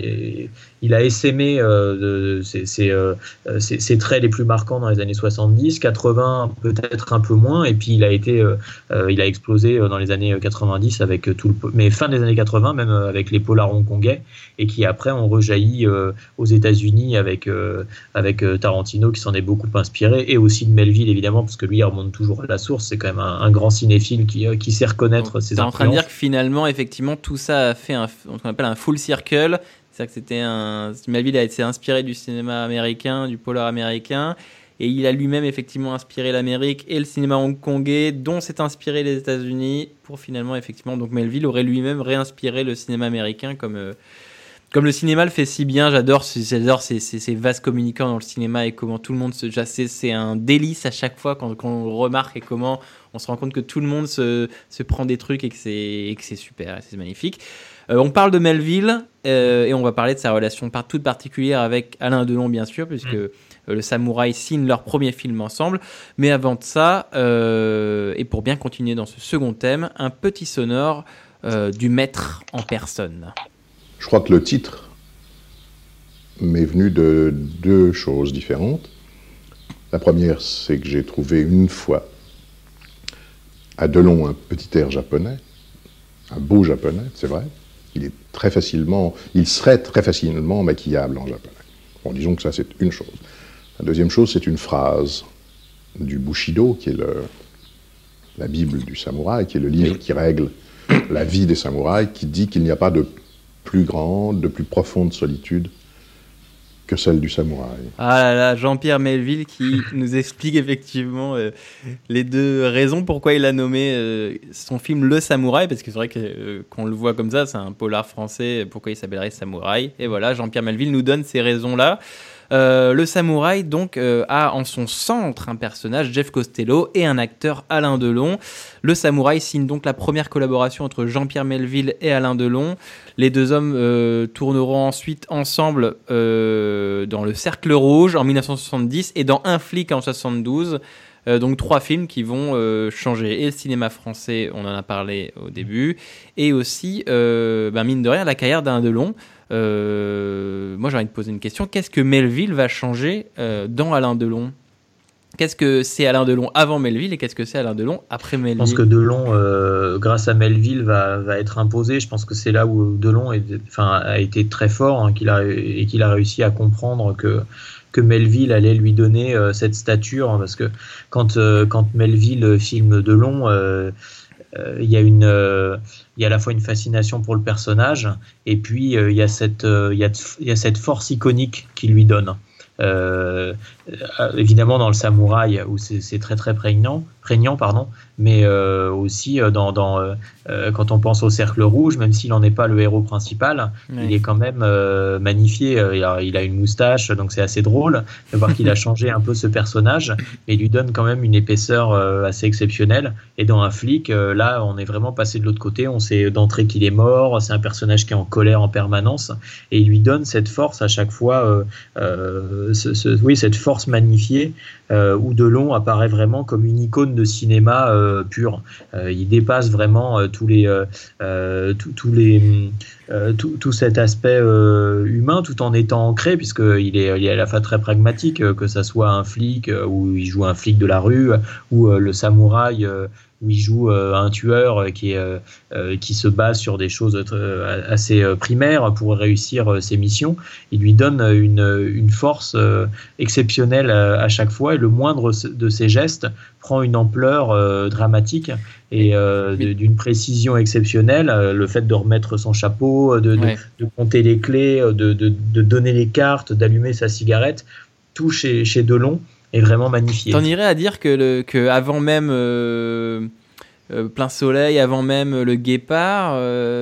il a essaimé euh, ses, ses, euh, ses, ses traits les plus marquants dans les années soixante-dix, quatre-vingts peut-être un peu moins, et puis il a, été, euh, il a explosé dans les années quatre-vingt-dix, avec tout le, mais fin des années quatre-vingts, même avec les polars hongkongais, et qui après ont rejailli euh, aux États-Unis avec... Euh, avec Tarantino qui s'en est beaucoup inspiré, et aussi de Melville évidemment, parce que lui il remonte toujours à la source. C'est quand même un, un grand cinéphile qui, qui sait reconnaître donc, ses influences. T'es en train de dire que finalement effectivement tout ça a fait un, ce qu'on appelle un full circle, c'est-à-dire que c'était un, Melville a été inspiré du cinéma américain, du polar américain, et il a lui-même effectivement inspiré l'Amérique et le cinéma hongkongais, dont s'est inspiré les États-Unis, pour finalement effectivement, donc Melville aurait lui-même réinspiré le cinéma américain comme euh, Comme le cinéma le fait si bien. J'adore, j'adore ces, ces, ces vases communicants dans le cinéma et comment tout le monde se... C'est, c'est un délice à chaque fois quand, quand on remarque et comment on se rend compte que tout le monde se, se prend des trucs et que c'est, et que c'est super, et c'est magnifique. Euh, on parle de Melville euh, et on va parler de sa relation par, toute particulière avec Alain Delon, bien sûr, puisque mmh. euh, le Samouraï signe leur premier film ensemble. Mais avant de ça, euh, et pour bien continuer dans ce second thème, un petit sonore euh, du maître en personne. Je crois que le titre m'est venu de deux choses différentes. La première, c'est que j'ai trouvé une fois à Delon un petit air japonais, un beau japonais, c'est vrai. Il est très facilement, il serait très facilement maquillable en japonais. Bon, disons que ça, c'est une chose. La deuxième chose, c'est une phrase du Bushido, qui est le, la Bible du samouraï, qui est le livre qui règle la vie des samouraïs, qui dit qu'il n'y a pas de plus grande, de plus profonde solitude que celle du samouraï. Ah là là, Jean-Pierre Melville qui nous explique effectivement euh, les deux raisons pourquoi il a nommé euh, son film Le Samouraï, parce que c'est vrai que, euh, qu'on le voit comme ça, c'est un polar français, pourquoi il s'appellerait Samouraï. Et voilà, Jean-Pierre Melville nous donne ces raisons-là. Euh, le Samouraï donc euh, a en son centre un personnage, Jeff Costello, et un acteur, Alain Delon. Le Samouraï signe donc la première collaboration entre Jean-Pierre Melville et Alain Delon. Les deux hommes euh, tourneront ensuite ensemble euh, dans Le Cercle Rouge en dix-neuf cent soixante-dix et dans Un flic en soixante-douze. Euh, donc trois films qui vont euh, changer et le cinéma français, on en a parlé au début, et aussi, euh, ben mine de rien, la carrière d'Alain Delon. Euh, moi j'ai envie de poser une question, qu'est-ce que Melville va changer euh, dans Alain Delon ? Qu'est-ce que c'est Alain Delon avant Melville et qu'est-ce que c'est Alain Delon après Melville ? Je pense que Delon, euh, grâce à Melville, va, va être imposé. Je pense que c'est là où Delon est, enfin, a été très fort hein, qu'il a, et qu'il a réussi à comprendre que, que Melville allait lui donner euh, cette stature. Hein, parce que quand, euh, quand Melville filme Delon, euh, euh, il y a une... Euh, il y a à la fois une fascination pour le personnage et puis euh, il y a cette, euh, il y a, il y a cette force iconique qu'il lui donne. Euh, évidemment dans le Samouraï où c'est, c'est très très prégnant, prégnant pardon, mais euh, aussi dans, dans euh, quand on pense au Cercle Rouge, même s'il n'en est pas le héros principal, oui. il est quand même euh, magnifié. Il a, il a une moustache, donc c'est assez drôle de voir qu'il a changé un peu ce personnage, mais il lui donne quand même une épaisseur euh, assez exceptionnelle. Et dans Un flic, euh, là, on est vraiment passé de l'autre côté. On sait d'entrée qu'il est mort. C'est un personnage qui est en colère en permanence, et il lui donne cette force à chaque fois. Euh, euh, Ce, ce, oui, cette force magnifiée euh, où Delon apparaît vraiment comme une icône de cinéma euh, pur. Euh, il dépasse vraiment euh, tous les, euh, euh, tous, tous les, euh, tout, tout cet aspect euh, humain, tout en étant ancré, puisqu'il est, il est à la fois très pragmatique, euh, que ça soit Un flic euh, où il joue un flic de la rue, ou euh, le Samouraï. Euh, où il joue euh, un tueur euh, qui, est, euh, euh, qui se base sur des choses euh, assez euh, primaires pour réussir euh, ses missions. Il lui donne une, une force euh, exceptionnelle à, à chaque fois, et le moindre de ses gestes prend une ampleur euh, dramatique et euh, de, d'une précision exceptionnelle. Euh, le fait de remettre son chapeau, de, ouais. de, de compter les clés, de, de, de donner les cartes, d'allumer sa cigarette, tout chez, chez Delon est vraiment magnifié. T'en irais à dire que, le, que avant même euh, euh, Plein Soleil, avant même Le Guépard,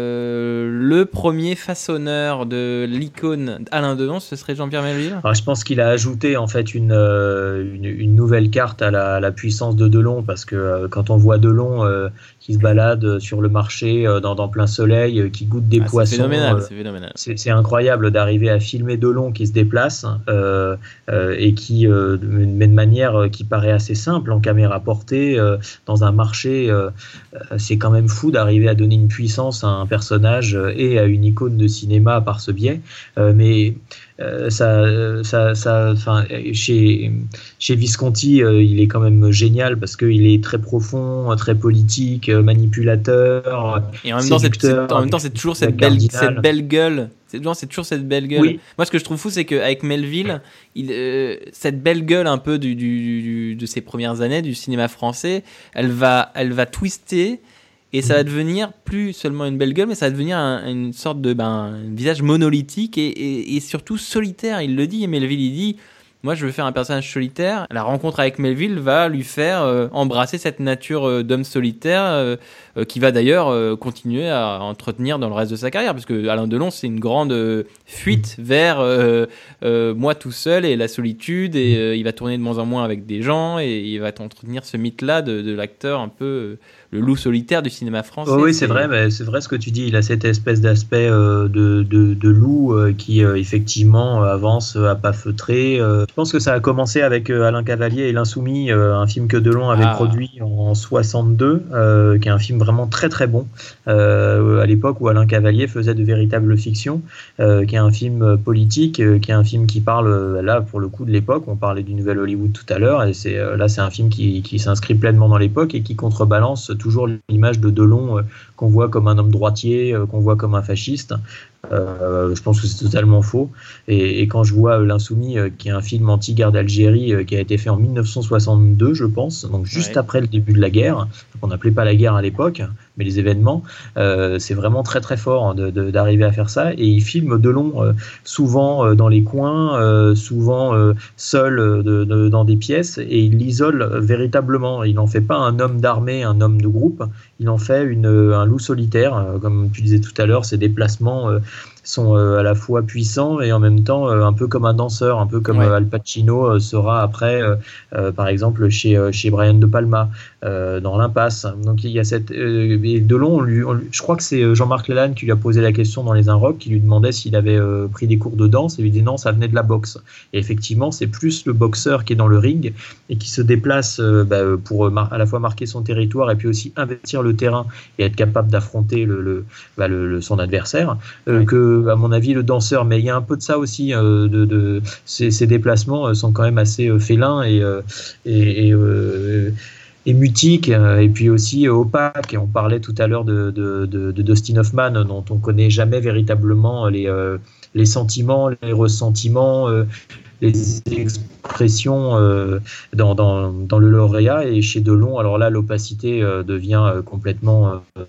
euh, le premier façonneur de l'icône Alain Delon, ce serait Jean-Pierre Melville ? Alors, je pense qu'il a ajouté en fait une, euh, une, une nouvelle carte à la, à la puissance de Delon, parce que euh, quand on voit Delon euh, qui se balade sur le marché euh, dans, dans Plein Soleil, euh, qui goûte des ah, poissons, c'est phénoménal, euh, c'est phénoménal. C'est, c'est incroyable d'arriver à filmer Delon qui se déplace euh, euh, et qui euh, mais de manière qui paraît assez simple en caméra portée euh, dans un marché. Euh, c'est quand même fou d'arriver à donner une puissance à un personnage et à une icône de cinéma par ce biais. Euh, mais euh, ça, ça, ça, enfin, chez, chez Visconti, euh, il est quand même génial parce qu'il est très profond, très politique, manipulateur. Et en même temps, c'est, c'est, en même temps, c'est toujours cette belle, cette belle gueule. C'est, non, c'est toujours cette belle gueule. Oui. Moi, ce que je trouve fou, c'est qu'avec Melville, il, euh, cette belle gueule un peu du, du, du, de ses premières années du cinéma français, elle va, elle va twister et ça va devenir plus seulement une belle gueule, mais ça va devenir un, une sorte de ben, un visage monolithique et, et, et surtout solitaire. Il le dit, Melville, il dit... Moi, je veux faire un personnage solitaire. La rencontre avec Melville va lui faire euh, embrasser cette nature euh, d'homme solitaire euh, euh, qui va d'ailleurs euh, continuer à entretenir dans le reste de sa carrière, parce que Alain Delon, c'est une grande euh, fuite vers euh, euh, moi tout seul et la solitude, et euh, il va tourner de moins en moins avec des gens, et il va entretenir ce mythe-là de, de l'acteur un peu euh, le loup solitaire du cinéma français. Oh oui, c'est, c'est vrai, mais c'est vrai ce que tu dis. Il a cette espèce d'aspect euh, de, de, de loup euh, qui euh, effectivement avance à pas feutré. Euh, Je pense que ça a commencé avec euh, Alain Cavalier et L'Insoumis, euh, un film que Delon avait ah. produit en soixante-deux, euh, qui est un film vraiment très très bon, euh, à l'époque où Alain Cavalier faisait de véritables fictions, euh, qui est un film politique, euh, qui est un film qui parle, euh, là pour le coup de l'époque, on parlait du Nouvel Hollywood tout à l'heure, et c'est, euh, là c'est un film qui, qui s'inscrit pleinement dans l'époque et qui contrebalance toujours l'image de Delon euh, qu'on voit comme un homme droitier, euh, qu'on voit comme un fasciste. Euh, je pense que c'est totalement faux. Et, et quand je vois L'Insoumis, euh, qui est un film anti-guerre d'Algérie, euh, qui a été fait en dix-neuf cent soixante-deux, je pense, donc juste ouais. après le début de la guerre, on n'appelait pas la guerre à l'époque, mais les événements, euh, c'est vraiment très très fort hein, de, de, d'arriver à faire ça. Et il filme Delon euh, souvent euh, dans les coins, euh, souvent euh, seul euh, de, de, dans des pièces, et il l'isole véritablement. Il n'en fait pas un homme d'armée, un homme de groupe, il en fait une, un loup solitaire, euh, comme tu disais tout à l'heure, ses déplacements euh, sont euh, à la fois puissants et en même temps euh, un peu comme un danseur, un peu comme ouais. euh, Al Pacino euh, sera après, euh, euh, par exemple, chez, euh, chez Brian De Palma, euh, dans L'Impasse. Donc il y a cette... Euh, et Delon, on lui, on lui, je crois que c'est Jean-Marc Lalanne qui lui a posé la question dans Les Inrocks, qui lui demandait s'il avait euh, pris des cours de danse, et lui dit non, ça venait de la boxe. Et effectivement, c'est plus le boxeur qui est dans le ring et qui se déplace euh, bah, pour mar- à la fois marquer son territoire et puis aussi investir le terrain et être capable d'affronter le, le, bah, le, le, son adversaire, euh, ouais. que à mon avis le danseur, mais il y a un peu de ça aussi, euh, de, de ces, ces déplacements sont quand même assez euh, félins et, euh, et, et, euh, et mutiques, euh, et puis aussi euh, opaques. Et on parlait tout à l'heure de, de, de, de Dustin Hoffman, dont on connaît jamais véritablement les, euh, les sentiments, les ressentiments, euh, les expressions euh, dans, dans, dans le lauréat. Et chez Delon, alors là, l'opacité euh, devient euh, complètement euh,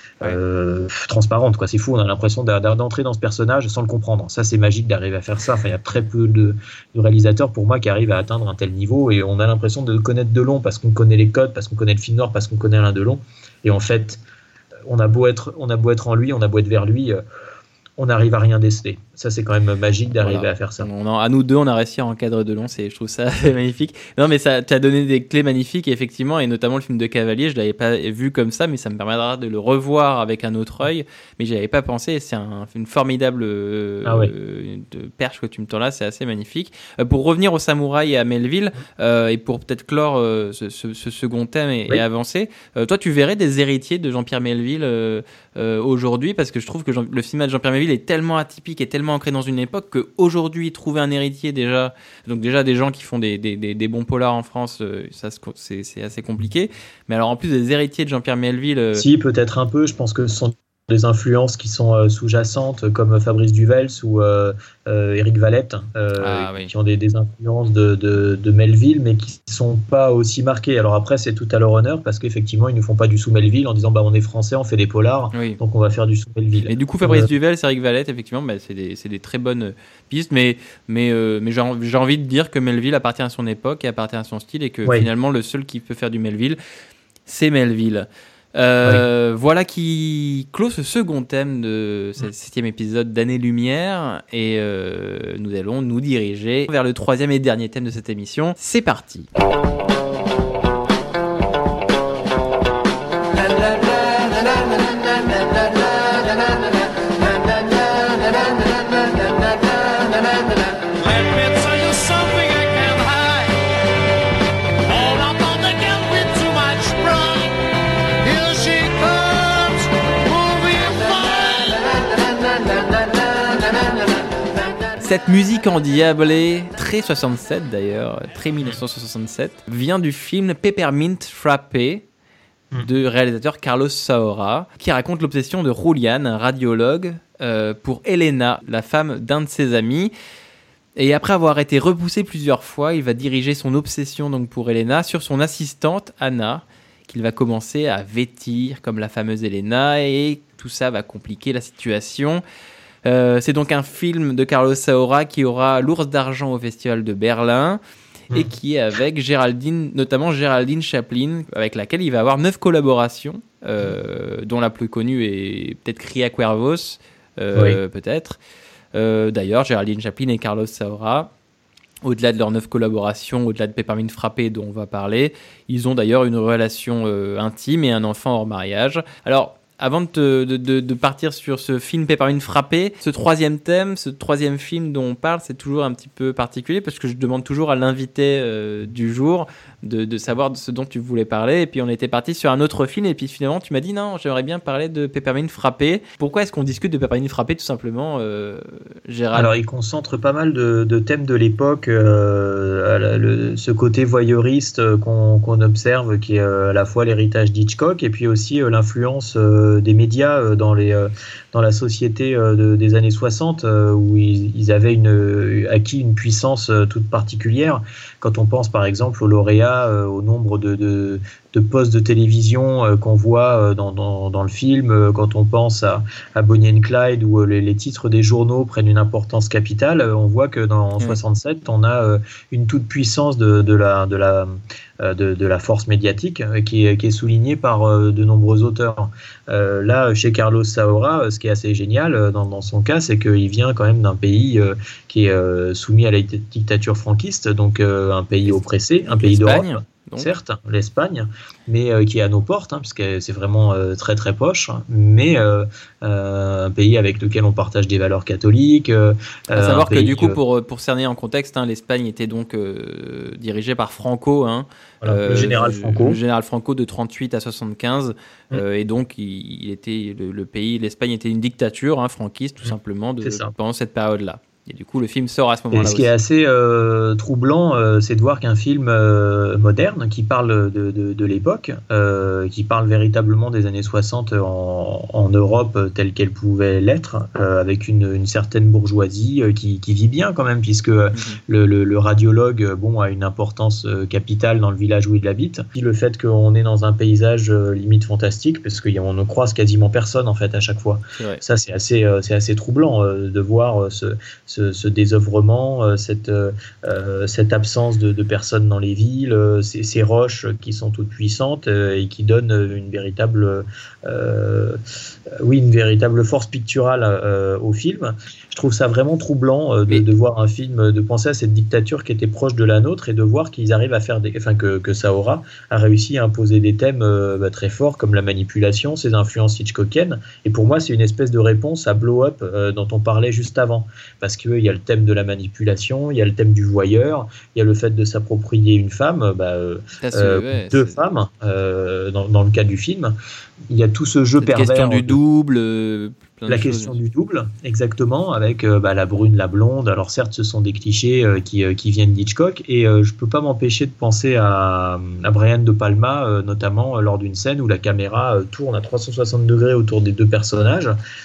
euh, transparente, quoi. C'est fou, on a l'impression d'a, d'entrer dans ce personnage sans le comprendre. Ça, c'est magique d'arriver à faire ça. Enfin, il y a très peu de, de réalisateurs, pour moi, qui arrivent à atteindre un tel niveau, et on a l'impression de connaître Delon parce qu'on connaît les codes, parce qu'on connaît le film noir, parce qu'on connaît Alain Delon. Et en fait, on a beau être, on a beau être en lui, on a beau être vers lui, euh, on n'arrive à rien déceler. Ça, c'est quand même magique d'arriver voilà. à faire ça. On, à nous deux, on a réussi à encadrer Delon, c'est, je trouve ça magnifique. Non, mais ça, tu as donné des clés magnifiques, et effectivement, et notamment le film de Cavalier, je ne l'avais pas vu comme ça, mais ça me permettra de le revoir avec un autre œil, mais je n'y avais pas pensé, c'est un, une formidable euh, ah ouais. euh, de perche que tu me tends là, c'est assez magnifique. Euh, pour revenir au Samouraï et à Melville, euh, et pour peut-être clore euh, ce, ce, ce second thème et, oui. et avancer, euh, toi, tu verrais des héritiers de Jean-Pierre Melville euh, euh, aujourd'hui, parce que je trouve que Jean, le cinéma de Jean-Pierre Melville est tellement atypique et tellement ancré dans une époque qu'aujourd'hui, trouver un héritier déjà, donc déjà des gens qui font des, des, des, des bons polars en France, euh, ça c'est, c'est assez compliqué. Mais alors en plus des héritiers de Jean-Pierre Melville... Euh... Si, peut-être un peu, je pense que ce sont des influences qui sont euh, sous-jacentes, comme Fabrice Duvels ou euh, euh, Éric Valette, euh, ah, oui. qui ont des, des influences de, de, de Melville, mais qui ne sont pas aussi marquées. Alors après, c'est tout à leur honneur, parce qu'effectivement, ils ne nous font pas du sous-Melville en disant bah, on est français, on fait des polars, oui. donc on va faire du sous-Melville. Et du coup, Fabrice euh... Duvels, Éric Valette, effectivement, bah, c'est, des, c'est des très bonnes pistes, mais, mais, euh, mais j'ai, j'ai envie de dire que Melville appartient à son époque et appartient à son style, et que oui. finalement, le seul qui peut faire du Melville, c'est Melville. Euh, oui. Voilà qui clôt ce second thème de ce septième épisode d'Année-Lumière, et euh, nous allons nous diriger vers le troisième et dernier thème de cette émission. C'est parti. Cette musique endiablée, très soixante-sept d'ailleurs, très dix-neuf cent soixante-sept, vient du film Peppermint Frappé de réalisateur Carlos Saura, qui raconte l'obsession de Julian, un radiologue, euh, pour Elena, la femme d'un de ses amis. Et après avoir été repoussé plusieurs fois, il va diriger son obsession donc pour Elena sur son assistante Anna, qu'il va commencer à vêtir comme la fameuse Elena, et tout ça va compliquer la situation. Euh, c'est donc un film de Carlos Saura qui aura l'Ours d'Argent au Festival de Berlin, mmh. et qui est avec Géraldine, notamment Géraldine Chaplin, avec laquelle il va avoir neuf collaborations, euh, dont la plus connue est peut-être Cria Cuervos, euh, oui. peut-être. Euh, d'ailleurs, Géraldine Chaplin et Carlos Saura, au-delà de leurs neuf collaborations, au-delà de Peppermint Frappé dont on va parler, ils ont d'ailleurs une relation euh, intime et un enfant hors mariage. Alors, avant de, te, de, de, de partir sur ce film Peppermint Frappé, ce troisième thème, ce troisième film dont on parle, c'est toujours un petit peu particulier, parce que je demande toujours à l'invité euh, du jour de, de savoir de ce dont tu voulais parler. Et puis on était parti sur un autre film, et puis finalement tu m'as dit non, j'aimerais bien parler de Peppermint Frappé. Pourquoi est-ce qu'on discute de Peppermint Frappé, tout simplement, euh, Gérald ? Alors il concentre pas mal de, de thèmes de l'époque, euh, le, ce côté voyeuriste qu'on, qu'on observe, qui est à la fois l'héritage d'Hitchcock, et puis aussi euh, l'influence euh, euh, des médias euh, dans, les, euh, dans la société euh, de, des années soixante, euh, où ils, ils avaient une, euh, acquis une puissance euh, toute particulière. Quand on pense par exemple aux lauréats, euh, au nombre de, de, de postes de télévision euh, qu'on voit euh, dans, dans, dans le film, euh, quand on pense à, à Bonnie and Clyde, où euh, les, les titres des journaux prennent une importance capitale, euh, on voit que dans mmh. soixante-sept, on a euh, une toute puissance de, de la... De la De, de la force médiatique euh, qui, est, qui est soulignée par euh, de nombreux auteurs. Euh, là, chez Carlos Saura, ce qui est assez génial euh, dans, dans son cas, c'est qu'il vient quand même d'un pays euh, qui est euh, soumis à la dictature franquiste, donc euh, un pays oppressé, un pays d'Europe. Donc. Certes, l'Espagne, mais euh, qui est à nos portes, hein, puisque c'est vraiment euh, très très proche, mais euh, euh, un pays avec lequel on partage des valeurs catholiques. Euh, à savoir que pays, du coup, pour, pour cerner en contexte, hein, l'Espagne était donc euh, dirigée par Franco, hein, voilà, euh, le général Franco. Le général Franco de trente-huit à soixante-quinze, mmh. euh, et donc il, il était le, le pays, l'Espagne était une dictature hein, franquiste tout mmh. simplement de, pendant cette période-là. Et du coup, le film sort à ce moment-là. Et ce qui aussi. est assez euh, troublant, euh, c'est de voir qu'un film euh, moderne, qui parle de, de, de l'époque, euh, qui parle véritablement des années soixante en, en Europe telle qu'elle pouvait l'être, euh, avec une, une certaine bourgeoisie euh, qui, qui vit bien quand même, puisque mm-hmm. le, le, le radiologue bon, a une importance euh, capitale dans le village où il habite. Puis le fait qu'on est dans un paysage euh, limite fantastique, parce qu'on ne croise quasiment personne en fait à chaque fois. C'est Ça, c'est assez, euh, c'est assez troublant euh, de voir euh, ce Ce, ce désœuvrement, euh, cette, euh, cette absence de, de personnes dans les villes, euh, ces, ces roches qui sont toutes puissantes euh, et qui donnent une véritable, euh, oui, une véritable force picturale euh, au film. Je trouve ça vraiment troublant euh, de, de voir un film, de penser à cette dictature qui était proche de la nôtre et de voir qu'ils arrivent à faire des, enfin que, que Saura a réussi à imposer des thèmes euh, bah, très forts comme la manipulation, ses influences hitchcockiennes. Et pour moi, c'est une espèce de réponse à Blow Up euh, dont on parlait juste avant, parce que il y a le thème de la manipulation, il y a le thème du voyeur, il y a le fait de s'approprier une femme, bah, euh, euh, ouais, deux c'est... femmes euh, dans, dans le cas du film. Il y a tout ce jeu Cette pervers. La question du double. Euh, la question du double, exactement, avec euh, bah, la brune, la blonde. Alors certes, ce sont des clichés euh, qui, euh, qui viennent d'Hitchcock, et euh, je peux pas m'empêcher de penser à, à Brian De Palma, euh, notamment euh, lors d'une scène où la caméra euh, tourne à trois cent soixante degrés autour des deux personnages,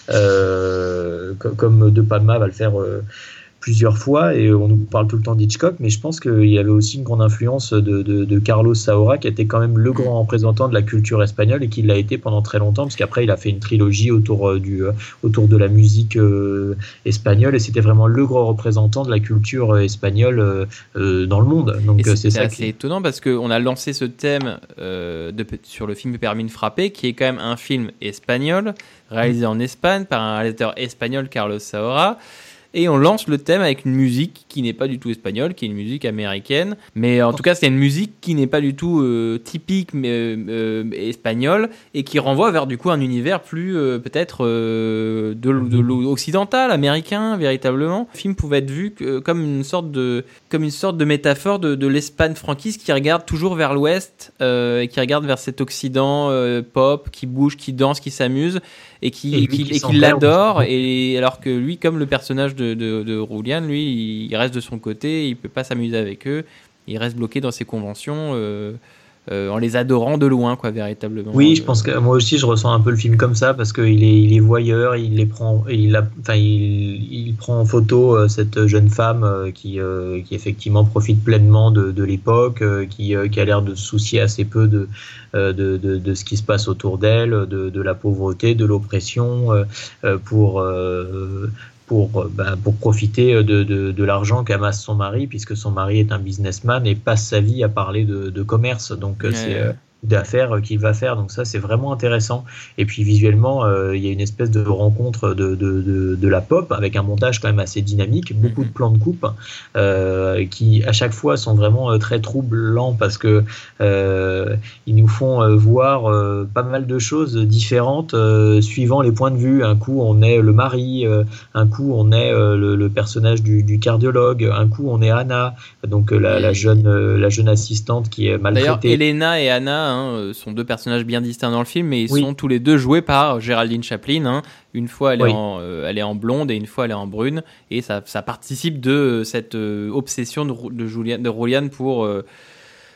euh, comme De Palma va le faire euh, plusieurs fois, et on nous parle tout le temps d'Hitchcock, mais je pense qu'il y avait aussi une grande influence de, de, de Carlos Saura, qui était quand même le grand représentant de la culture espagnole et qui l'a été pendant très longtemps, parce qu'après il a fait une trilogie autour, du, autour de la musique euh, espagnole, et c'était vraiment le grand représentant de la culture espagnole euh, dans le monde. Donc, et c'est, c'est, c'est ça assez qui... étonnant, parce qu'on a lancé ce thème euh, de, sur le film Permine Frappé, qui est quand même un film espagnol, réalisé mmh. en Espagne par un réalisateur espagnol, Carlos Saura. Et on lance le thème avec une musique qui n'est pas du tout espagnole, qui est une musique américaine. Mais en tout cas, c'est une musique qui n'est pas du tout euh, typique mais, euh, espagnole, et qui renvoie vers du coup un univers plus euh, peut-être euh, de, de l'occidental, américain, véritablement. Le film pouvait être vu que, comme une sorte de, comme une sorte de métaphore de, de l'Espagne franquiste qui regarde toujours vers l'ouest, euh, et qui regarde vers cet occident euh, pop, qui bouge, qui danse, qui s'amuse, et qui, et qui, qui, et qui l'adore. Et alors que lui, comme le personnage de, de, de Julian, lui, il reste de son côté, il peut pas s'amuser avec eux, il reste bloqué dans ses conventions euh, euh, en les adorant de loin, quoi, véritablement. Oui, je pense que moi aussi je ressens un peu le film comme ça, parce qu'il est, il est voyeur, il les prend, il, a, enfin, il, il prend en photo euh, cette jeune femme euh, qui, euh, qui effectivement profite pleinement de, de l'époque, euh, qui, euh, qui a l'air de se soucier assez peu de De, de, de ce qui se passe autour d'elle, de, de la pauvreté, de l'oppression, euh, pour, euh, pour, bah, pour profiter de, de, de l'argent qu'amasse son mari, puisque son mari est un businessman et passe sa vie à parler de, de commerce. Donc ouais. c'est euh, d'affaires qu'il va faire, donc ça c'est vraiment intéressant. Et puis visuellement euh, il y a une espèce de rencontre de, de, de, de la pop, avec un montage quand même assez dynamique, beaucoup de plans de coupe euh, qui à chaque fois sont vraiment euh, très troublants, parce que euh, ils nous font euh, voir euh, pas mal de choses différentes euh, suivant les points de vue. Un coup on est le mari, euh, un coup on est euh, le, le personnage du, du cardiologue, un coup on est Anna, donc euh, la, la, jeune, euh, la jeune assistante qui est maltraitée. D'ailleurs Elena et Anna hein, sont deux personnages bien distincts dans le film, mais ils oui. sont tous les deux joués par Géraldine Chaplin. Hein. Une fois elle, oui. est en, euh, elle est en blonde et une fois elle est en brune, et ça, ça participe de cette euh, obsession de, de, Julian, de Julian pour, euh,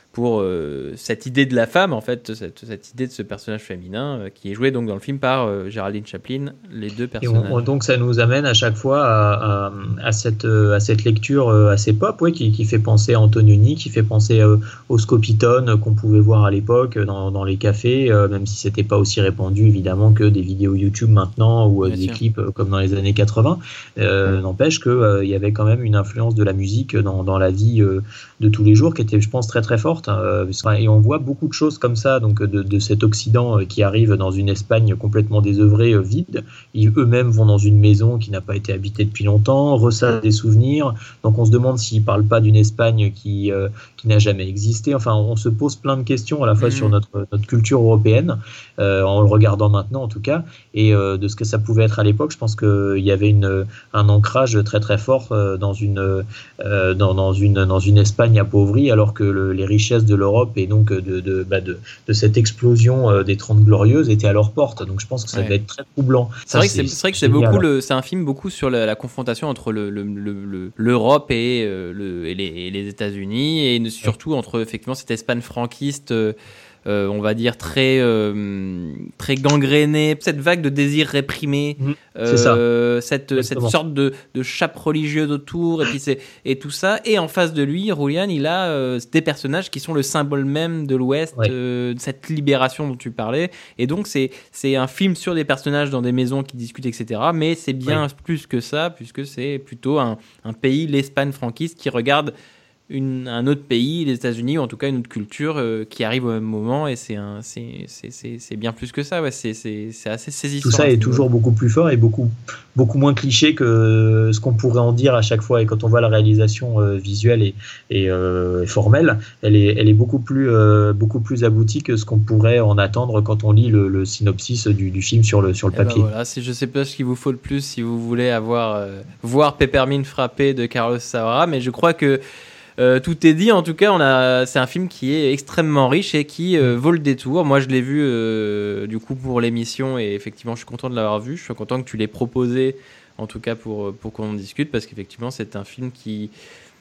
pour euh, cette idée de la femme, en fait, cette, cette idée de ce personnage féminin euh, qui est joué donc dans le film par euh, Géraldine Chaplin, les deux personnages. Et on, donc ça nous amène à chaque fois à, à, à, cette, à cette lecture assez pop, ouais, qui, qui fait penser à Antonioni, qui fait penser euh, au Scopitone qu'on pouvait voir à l'époque dans, dans les cafés, euh, même si c'était pas aussi répandu évidemment que des vidéos YouTube maintenant ou euh, des sûr. clips euh, comme dans les années quatre-vingts. Euh, ouais. N'empêche qu'il euh, y avait quand même une influence de la musique dans, dans la vie euh, de tous les jours qui était, je pense, très très forte. Hein. Et on voit beaucoup de choses comme ça, donc de, de cet Occident euh, qui arrive dans une Espagne complètement désœuvrée, euh, vide. Ils eux-mêmes vont dans une maison qui n'a pas été habitée depuis longtemps, ressassent des souvenirs. Donc on se demande s'ils ne parlent pas d'une Espagne qui, euh, qui n'a jamais existé. Enfin, on se pose plein de questions à la fois mmh. sur notre, notre culture européenne, euh, en le regardant maintenant en tout cas, et euh, de ce que ça pouvait être à l'époque. Je pense qu'il y avait une, un ancrage très très fort euh, dans, une, euh, dans, dans, une, dans une Espagne appauvrie, alors que le, les richesses de l'Europe et donc de, de, bah de, de cette explosion euh, des Trente Glorieuses étaient à leur porte. Donc je pense que ça ouais. devait être très troublant. C'est ça, vrai que c'est, c'est, vrai que c'est beaucoup le, c'est un film beaucoup sur la, la confrontation entre le, le, le, le, l'Europe et, euh, le, et, les, et les États-Unis, et surtout entre effectivement cette Espagne franquiste. Euh, Euh, on va dire très euh, très gangrénée, cette vague de désir réprimé, mmh, euh, cette cette sorte de de chape religieuse autour, et puis c'est et tout ça, et en face de lui, Julian, il a euh, des personnages qui sont le symbole même de l'Ouest, ouais. euh, de cette libération dont tu parlais, et donc c'est c'est un film sur des personnages dans des maisons qui discutent, et cetera. Mais c'est bien ouais. plus que ça, puisque c'est plutôt un un pays, l'Espagne franquiste, qui regarde Une, un autre pays, les États-Unis, ou en tout cas une autre culture euh, qui arrive au même moment, et c'est, un, c'est, c'est, c'est, c'est bien plus que ça, ouais. c'est, c'est, c'est assez saisissant. Tout ça est toujours beaucoup plus fort et beaucoup, beaucoup moins cliché que ce qu'on pourrait en dire à chaque fois, et quand on voit la réalisation euh, visuelle et, et, euh, et formelle, elle est, elle est beaucoup, plus, euh, beaucoup plus aboutie que ce qu'on pourrait en attendre quand on lit le, le synopsis du, du film sur le, sur le papier. Ben voilà, c'est, je ne sais pas ce qu'il vous faut le plus si vous voulez avoir, euh, voir Peppermint Frappé de Carlos Saura, mais je crois que Euh, tout est dit. En tout cas, on a, c'est un film qui est extrêmement riche et qui euh, vaut le détour. Moi, je l'ai vu euh, du coup pour l'émission, et effectivement, je suis content de l'avoir vu. Je suis content que tu l'aies proposé, en tout cas pour, pour qu'on en discute, parce qu'effectivement, c'est un film qui,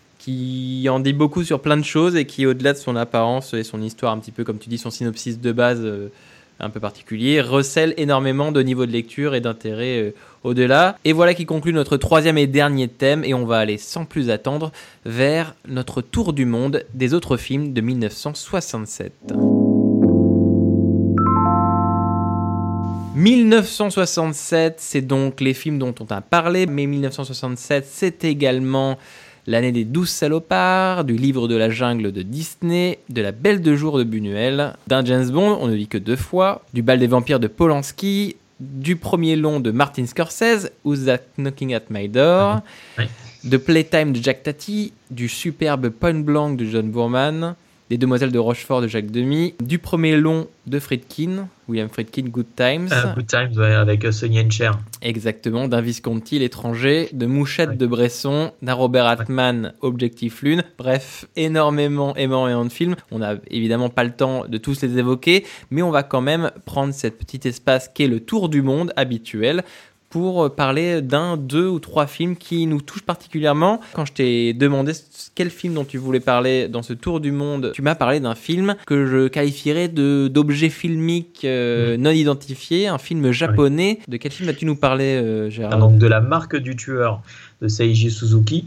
qui en dit beaucoup sur plein de choses, et qui, au-delà de son apparence et son histoire, un petit peu comme tu dis, son synopsis de base euh, un peu particulier, recèle énormément de niveau de lecture et d'intérêt euh, au-delà. Et voilà qui conclut notre troisième et dernier thème, et on va aller sans plus attendre vers notre tour du monde des autres films de dix-neuf cent soixante-sept. dix-neuf cent soixante-sept, c'est donc les films dont on a parlé, mais dix-neuf cent soixante-sept, c'est également l'année des douze salopards, du Livre de la jungle de Disney, de La Belle de jour de Buñuel, d'un James Bond, on ne vit que deux fois, du Bal des vampires de Polanski, du premier long de Martin Scorsese, Who's That Knocking at My Door, oui. de Playtime de Jack Tati, du superbe Point Blank de John Boorman, des Demoiselles de Rochefort de Jacques Demy, du premier long de Friedkin, William Friedkin, Good Times. Uh, Good Times, ouais, avec uh, Sonny and Cher. Exactement, d'un Visconti, L'étranger, de Mouchette ouais. de Bresson, d'un Robert Altman, ouais. Objectif Lune. Bref, énormément, énormément de films. On n'a évidemment pas le temps de tous les évoquer, mais on va quand même prendre cet petit espace qu'est le tour du monde habituel, pour parler d'un, deux ou trois films qui nous touchent particulièrement. Quand je t'ai demandé quel film dont tu voulais parler dans ce tour du monde, tu m'as parlé d'un film que je qualifierais de, d'objet filmique euh, mmh. non identifié, un film japonais. Oui. De quel film as-tu nous parlé, euh, Gérard ? Ah, donc de La marque du tueur de Seiji Suzuki.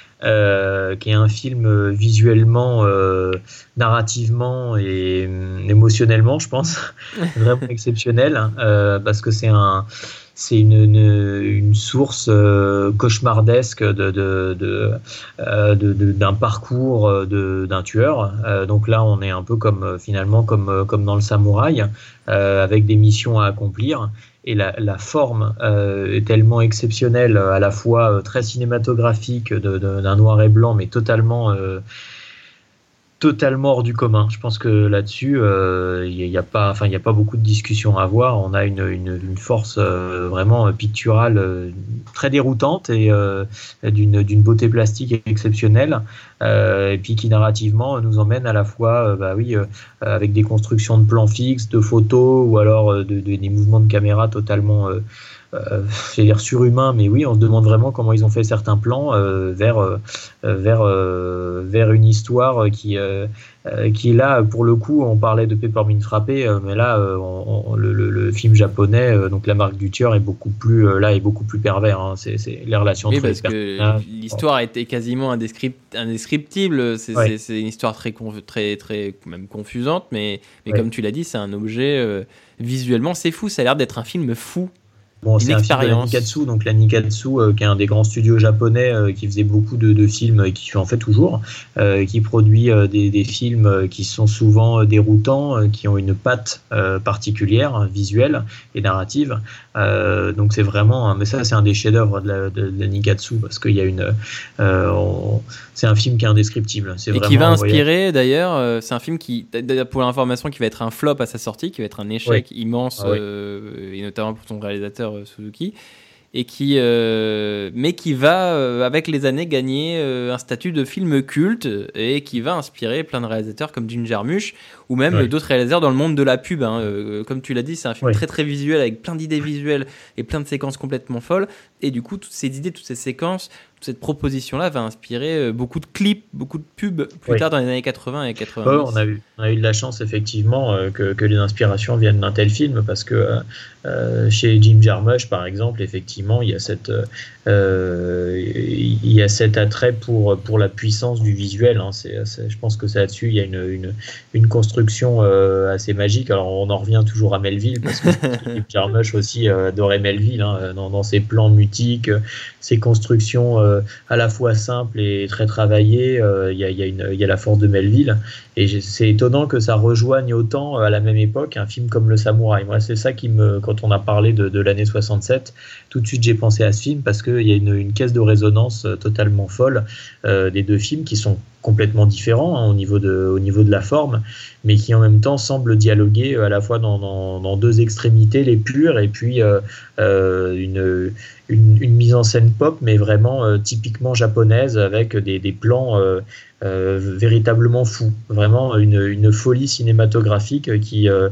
Euh, qui est un film visuellement, euh, narrativement et euh, émotionnellement, je pense, vraiment exceptionnel, euh, parce que c'est un c'est une, une, une source euh, cauchemardesque de, de, de, euh, de, de, d'un parcours de, d'un tueur. Euh, donc là, on est un peu comme finalement comme, comme dans le samouraï, euh, avec des missions à accomplir. Et la, la forme euh, est tellement exceptionnelle, à la fois euh, très cinématographique, de, de, d'un noir et blanc, mais totalement, euh, totalement hors du commun. Je pense que là-dessus, il euh, n'y a pas, enfin, il n'y a pas beaucoup de discussions à avoir. On a une, une, une force euh, vraiment picturale euh, très déroutante et euh, d'une, d'une beauté plastique exceptionnelle. Euh, et puis qui narrativement nous emmène à la fois euh, bah oui, euh, avec des constructions de plans fixes, de photos, ou alors euh, de, de, des mouvements de caméra totalement euh, euh, j'allais dire surhumains, mais oui, on se demande vraiment comment ils ont fait certains plans euh, vers, euh, vers, euh, vers une histoire qui, euh, euh, qui est là, pour le coup, on parlait de Peppermint Frappé, euh, mais là, euh, on, on, le, le, le film japonais, euh, donc La Marque du Tueur, est beaucoup plus, euh, là, est beaucoup plus pervers. Hein. C'est, c'est les relations oui, entre parce les que personnages. l'histoire était quasiment indescript- indescriptible. C'est, Ouais. c'est, c'est une histoire très, conf- très, très même confusante, mais, mais Ouais. comme tu l'as dit, c'est un objet euh, visuellement, c'est fou. Ça a l'air d'être un film fou. Bon, Une c'est un film de la expérience. Nikatsu, donc la Nikatsu, euh, qui est un des grands studios japonais euh, qui faisait beaucoup de, de films et qui en fait toujours, euh, qui produit euh, des, des films euh, qui sont souvent euh, déroutants, euh, qui ont une patte euh, particulière, hein, visuelle et narrative. Euh, donc c'est vraiment, hein, mais ça c'est un des chefs-d'œuvre de la, de, de la Nikatsu parce qu'il y a une, euh, on, c'est un film qui est indescriptible. C'est Et vraiment, qui va vous voyez, inspirer, d'ailleurs, euh, c'est un film qui, d'ailleurs, pour l'information, qui va être un flop à sa sortie, qui va être un échec Oui. immense, Ah oui. euh, et notamment pour son réalisateur euh, Suzuki, et qui, euh, mais qui va, euh, avec les années, gagner euh, un statut de film culte et qui va inspirer plein de réalisateurs comme Jim Jarmusch ou même Oui. d'autres réalisateurs dans le monde de la pub. Hein. Euh, comme tu l'as dit, c'est un film Oui. très très visuel avec plein d'idées visuelles et plein de séquences complètement folles. Et du coup, toutes ces idées, toutes ces séquences, toute cette proposition-là va inspirer euh, beaucoup de clips, beaucoup de pubs plus Oui. tard dans les années quatre-vingts et quatre-vingt-dix. Ouais, on, a eu, on a eu de la chance effectivement euh, que, que les inspirations viennent d'un tel film parce que euh, euh, chez Jim Jarmusch par exemple effectivement il y a cette euh, il y a cet attrait pour pour la puissance du visuel. Hein. C'est, c'est, je pense que c'est là-dessus il y a une une, une construction euh, assez magique. Alors on en revient toujours à Melville parce que Jim Jarmusch aussi euh, adorait Melville hein, dans, dans ses plans mutiques, ses constructions euh, à la fois simples et très travaillées. Euh, il y a il y a une il y a la force de Melville. Et c'est étonnant que ça rejoigne autant à la même époque un film comme Le Samouraï. Moi, c'est ça qui me, quand on a parlé de, de l'année soixante-sept, tout de suite j'ai pensé à ce film parce qu'il y a une, une caisse de résonance totalement folle euh, des deux films qui sont complètement différents hein, au niveau de, au niveau de la forme, mais qui en même temps semblent dialoguer à la fois dans, dans, dans deux extrémités, les pures et puis euh, euh, une, une, une mise en scène pop, mais vraiment euh, typiquement japonaise avec des, des plans euh, Euh, véritablement fou, vraiment une, une folie cinématographique qui, euh,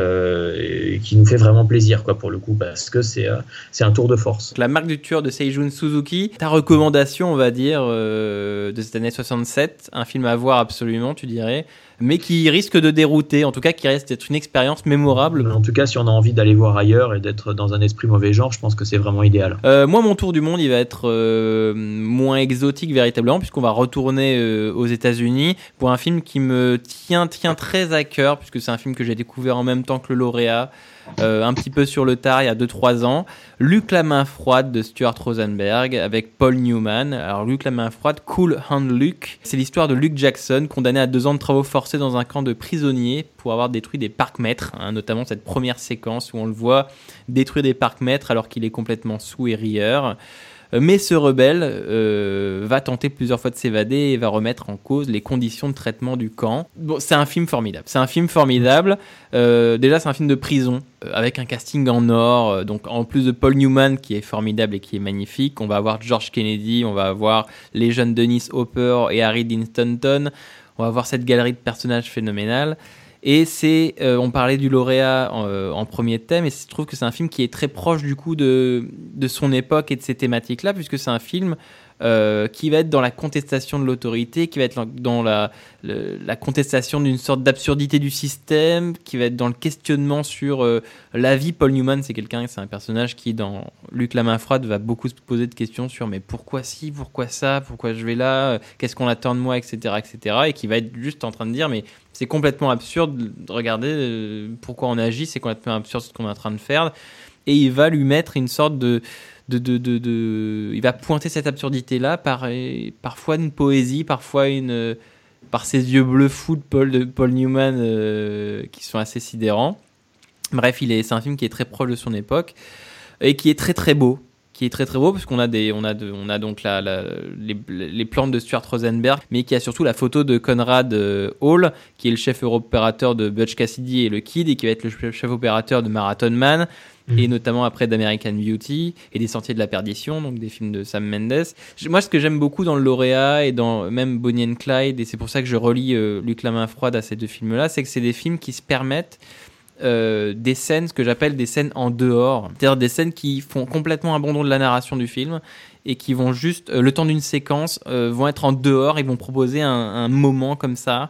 euh, qui nous fait vraiment plaisir quoi, pour le coup, parce que c'est, euh, c'est un tour de force. La Marque du Tueur de Seijun Suzuki, ta recommandation, on va dire, euh, de cette année soixante-sept, un film à voir absolument, tu dirais, mais qui risque de dérouter, en tout cas qui reste d'être une expérience mémorable. En tout cas, si on a envie d'aller voir ailleurs et d'être dans un esprit mauvais genre, je pense que c'est vraiment idéal. Euh, moi, mon tour du monde, il va être euh, moins exotique véritablement, puisqu'on va retourner euh, aux États-Unis pour un film qui me tient, tient très à cœur, puisque c'est un film que j'ai découvert en même temps que Le Lauréat, euh, un petit peu sur le tard, il y a deux trois ans. Luc la main froide de Stuart Rosenberg avec Paul Newman. Alors, Luc la main froide, Cool Hand Luke, c'est l'histoire de Luke Jackson, condamné à deux ans de travaux forcés dans un camp de prisonniers pour avoir détruit des parcs-mètres, hein, notamment cette première séquence où on le voit détruire des parcs-mètres alors qu'il est complètement saoul et rieur. Mais ce rebelle euh, va tenter plusieurs fois de s'évader et va remettre en cause les conditions de traitement du camp. Bon, c'est un film formidable. C'est un film formidable. Euh, déjà, c'est un film de prison euh, avec un casting en or. Euh, donc, en plus de Paul Newman qui est formidable et qui est magnifique, on va avoir George Kennedy, on va avoir les jeunes Dennis Hopper et Harry Dean Stanton. On va avoir cette galerie de personnages phénoménale. Et c'est, euh, on parlait du lauréat en, euh, en premier thème, et je trouve que c'est un film qui est très proche du coup de, de son époque et de ces thématiques-là, puisque c'est un film euh, qui va être dans la contestation de l'autorité, qui va être dans la, le, la contestation d'une sorte d'absurdité du système, qui va être dans le questionnement sur euh, la vie. Paul Newman, c'est quelqu'un, c'est un personnage qui, dans Luc la main froide, va beaucoup se poser de questions sur mais pourquoi ci, pourquoi ça, pourquoi je vais là, qu'est-ce qu'on attend de moi, et cetera, et cetera, et qui va être juste en train de dire mais c'est complètement absurde de regarder euh, pourquoi on agit, c'est complètement absurde ce qu'on est en train de faire. Et il va lui mettre une sorte de... de, de, de, de il va pointer cette absurdité-là par euh, parfois une poésie, parfois une... Euh, par ses yeux bleus fous de Paul, de Paul Newman euh, qui sont assez sidérants. Bref, il est, c'est un film qui est très proche de son époque et qui est très très beau. qui est très très beau parce qu'on a des on a de, on a donc la, la les, les plantes de Stuart Rosenberg, mais qui a surtout la photo de Conrad euh, Hall, qui est le chef opérateur de Butch Cassidy et le Kid, et qui va être le chef opérateur de Marathon Man, mmh. et notamment après d'American Beauty et des Sentiers de la Perdition, donc des films de Sam Mendes. Moi, ce que j'aime beaucoup dans Le Lauréat et dans même Bonnie and Clyde, et c'est pour ça que je relie euh, Luc la main froide à ces deux films-là, c'est que c'est des films qui se permettent Euh, des scènes, ce que j'appelle des scènes en dehors, c'est-à-dire des scènes qui font complètement abandon de la narration du film et qui vont juste, euh, le temps d'une séquence, euh, vont être en dehors et vont proposer un, un moment comme ça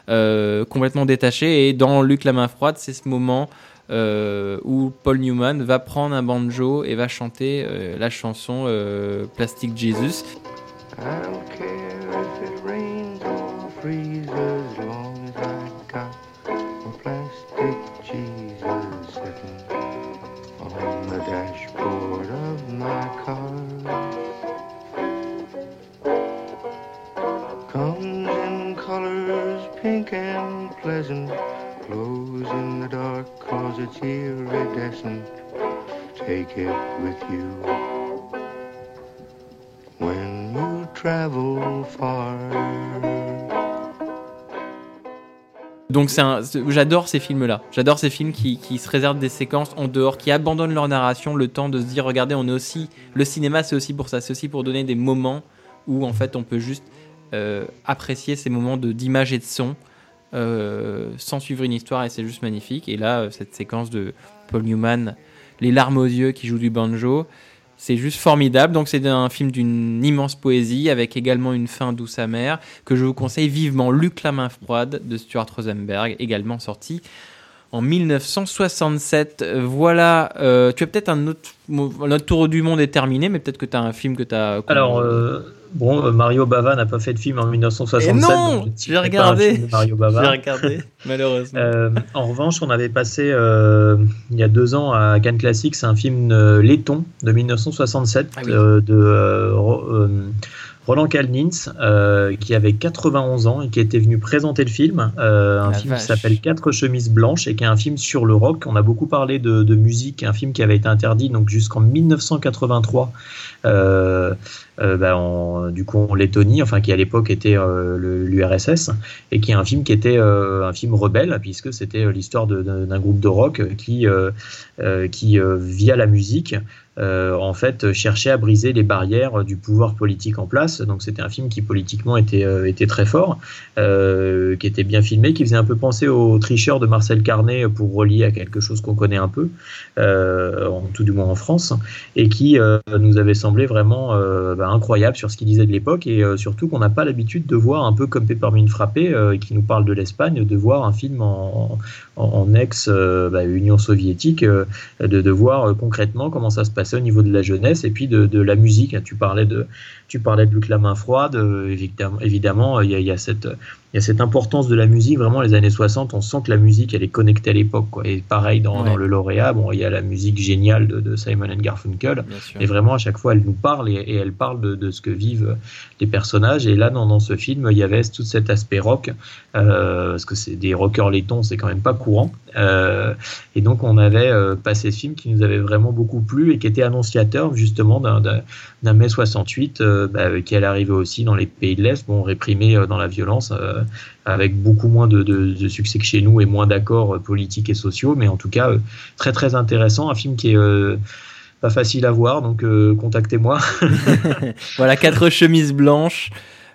euh, complètement détaché. Et dans Luc la main froide, c'est ce moment euh, où Paul Newman va prendre un banjo et va chanter euh, la chanson euh, Plastic Jesus. I don't care if it rains or freezes, as long as I got my plastic Jesus sitting on the dashboard of my car. Comes in colors pink and pleasant, glows in the dark cause it's iridescent. Take it with you when you travel far. Donc c'est un, c'est, j'adore ces films-là. J'adore ces films qui, qui se réservent des séquences en dehors, qui abandonnent leur narration, le temps de se dire, regardez, on est aussi, le cinéma c'est aussi pour ça, c'est aussi pour donner des moments où en fait on peut juste euh, apprécier ces moments de, d'image et de son euh, sans suivre une histoire, et c'est juste magnifique. Et là, euh, cette séquence de Paul Newman, les larmes aux yeux, qui joue du banjo, c'est juste formidable. Donc c'est un film d'une immense poésie, avec également une fin douce amère, que je vous conseille vivement. Luc la main froide de Stuart Rosenberg, également sorti en dix-neuf cent soixante-sept. Voilà, euh, tu as peut-être un autre... Notre tour du monde est terminé, mais peut-être que tu as un film que tu as... Alors, euh, bon, Mario Bava n'a pas fait de film en dix-neuf cent soixante-sept. Et non, je l'ai regardé. Mario Bava. Je l'ai regardé, malheureusement. Euh, en revanche, on avait passé, euh, il y a deux ans, à Cannes Classics, un film euh, laiton de dix-neuf cent soixante-sept, ah oui. euh, de... Euh, euh, Roland Kalnins, euh, qui avait quatre-vingt-onze ans et qui était venu présenter le film, euh, un La film vache. qui s'appelle Quatre chemises blanches et qui est un film sur le rock. On a beaucoup parlé de, de musique, un film qui avait été interdit donc jusqu'en dix-neuf cent quatre-vingt-trois, euh, euh, bah, en, du coup en Lettonie, enfin qui à l'époque était euh, le, l'U R S S, et qui est un film qui était euh, un film rebelle puisque c'était l'histoire de, de, d'un groupe de rock qui, euh, euh, qui euh, via la musique, Euh, en fait, cherchait à briser les barrières du pouvoir politique en place. Donc c'était un film qui politiquement était, euh, était très fort, euh, qui était bien filmé, qui faisait un peu penser au Tricheur de Marcel Carné, pour relier à quelque chose qu'on connaît un peu, euh, en, tout du moins en France, et qui euh, nous avait semblé vraiment euh, bah, incroyable sur ce qu'il disait de l'époque, et euh, surtout qu'on n'a pas l'habitude de voir, un peu comme Peppermint Frappé, euh, qui nous parle de l'Espagne, de voir un film en, en, en ex-Union euh, bah, soviétique, euh, de, de voir euh, concrètement comment ça se passe au niveau de la jeunesse et puis de, de la musique. Tu parlais de, tu parlais de Luc la main froide, euh, évidemment, évidemment il y a, il y a cette, il y a cette importance de la musique, vraiment les années soixante, on sent que la musique elle est connectée à l'époque, quoi. Et pareil dans, ouais. dans Le Lauréat, bon, il y a la musique géniale de, de Simon and Garfunkel, et vraiment à chaque fois elle nous parle et, et elle parle de, de ce que vivent les personnages. Et là dans, dans ce film il y avait tout cet aspect rock, euh, parce que c'est des rockers lettons, c'est quand même pas courant, euh, et donc on avait euh, passé ce film qui nous avait vraiment beaucoup plu et qui était annonciateur justement d'un, d'un, d'un mai soixante-huit euh, bah, qui allait arriver aussi dans les pays de l'Est, bon, réprimé euh, dans la violence, euh, avec beaucoup moins de, de, de succès que chez nous et moins d'accords euh, politiques et sociaux, mais en tout cas euh, très très intéressant, un film qui est euh, pas facile à voir, donc euh, contactez-moi. Voilà, Quatre chemises blanches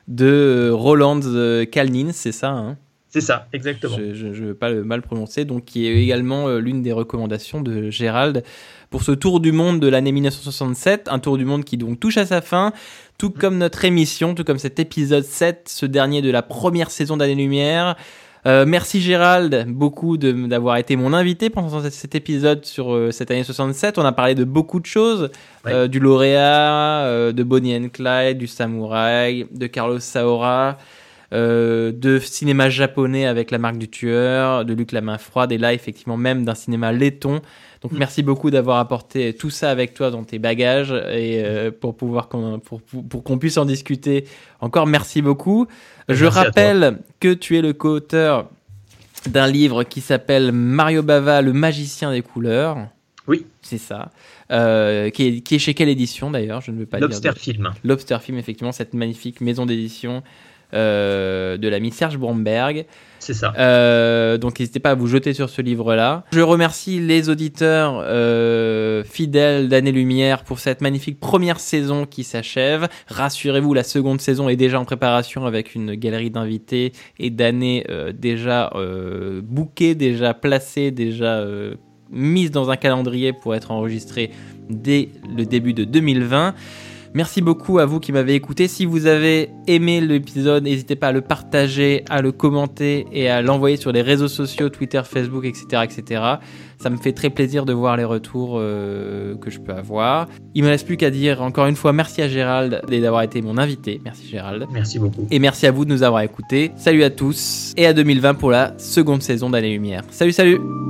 de Roland Kalnins, c'est ça, hein? C'est ça, exactement. Je ne veux pas le mal prononcer, donc qui est également euh, l'une des recommandations de Gérald pour ce tour du monde de l'année dix-neuf cent soixante-sept, un tour du monde qui donc touche à sa fin, tout comme notre émission, tout comme cet épisode sept, ce dernier de la première saison d'Années-Lumière. Euh, merci Gérald, beaucoup de, d'avoir été mon invité pendant cet épisode sur euh, cette année soixante-sept. On a parlé de beaucoup de choses, ouais. euh, du Lauréat, euh, de Bonnie and Clyde, du Samouraï, de Carlos Saura, Euh, de cinéma japonais avec La Marque du Tueur, de Luc la main froide, et là effectivement même d'un cinéma laiton. Donc mmh. merci beaucoup d'avoir apporté tout ça avec toi dans tes bagages, et euh, pour pouvoir qu'on, pour, pour qu'on puisse en discuter encore. Merci beaucoup. Merci. Je rappelle que tu es le co-auteur d'un livre qui s'appelle Mario Bava, le magicien des couleurs. Oui, c'est ça. Euh, qui, est, qui est chez quelle édition d'ailleurs? Je ne veux pas Lobster dire. De... Film. Lobster Film, effectivement, cette magnifique maison d'édition Euh, de l'ami Serge Bromberg. C'est ça. Euh, donc n'hésitez pas à vous jeter sur ce livre-là. Je remercie les auditeurs euh, fidèles d'Années-Lumière pour cette magnifique première saison qui s'achève. Rassurez-vous, la seconde saison est déjà en préparation avec une galerie d'invités et d'années euh, déjà euh, bookées, déjà placées, déjà euh, mises dans un calendrier pour être enregistrées dès le début de deux mille vingt. Merci beaucoup à vous qui m'avez écouté. Si vous avez aimé l'épisode, n'hésitez pas à le partager, à le commenter et à l'envoyer sur les réseaux sociaux, Twitter, Facebook, et cetera, et cetera. Ça me fait très plaisir de voir les retours euh, que je peux avoir. Il me reste plus qu'à dire encore une fois merci à Gérald d'avoir été mon invité. Merci Gérald. Merci beaucoup. Et merci à vous de nous avoir écoutés. Salut à tous et à deux mille vingt pour la seconde saison d'Année Lumière. Salut, salut.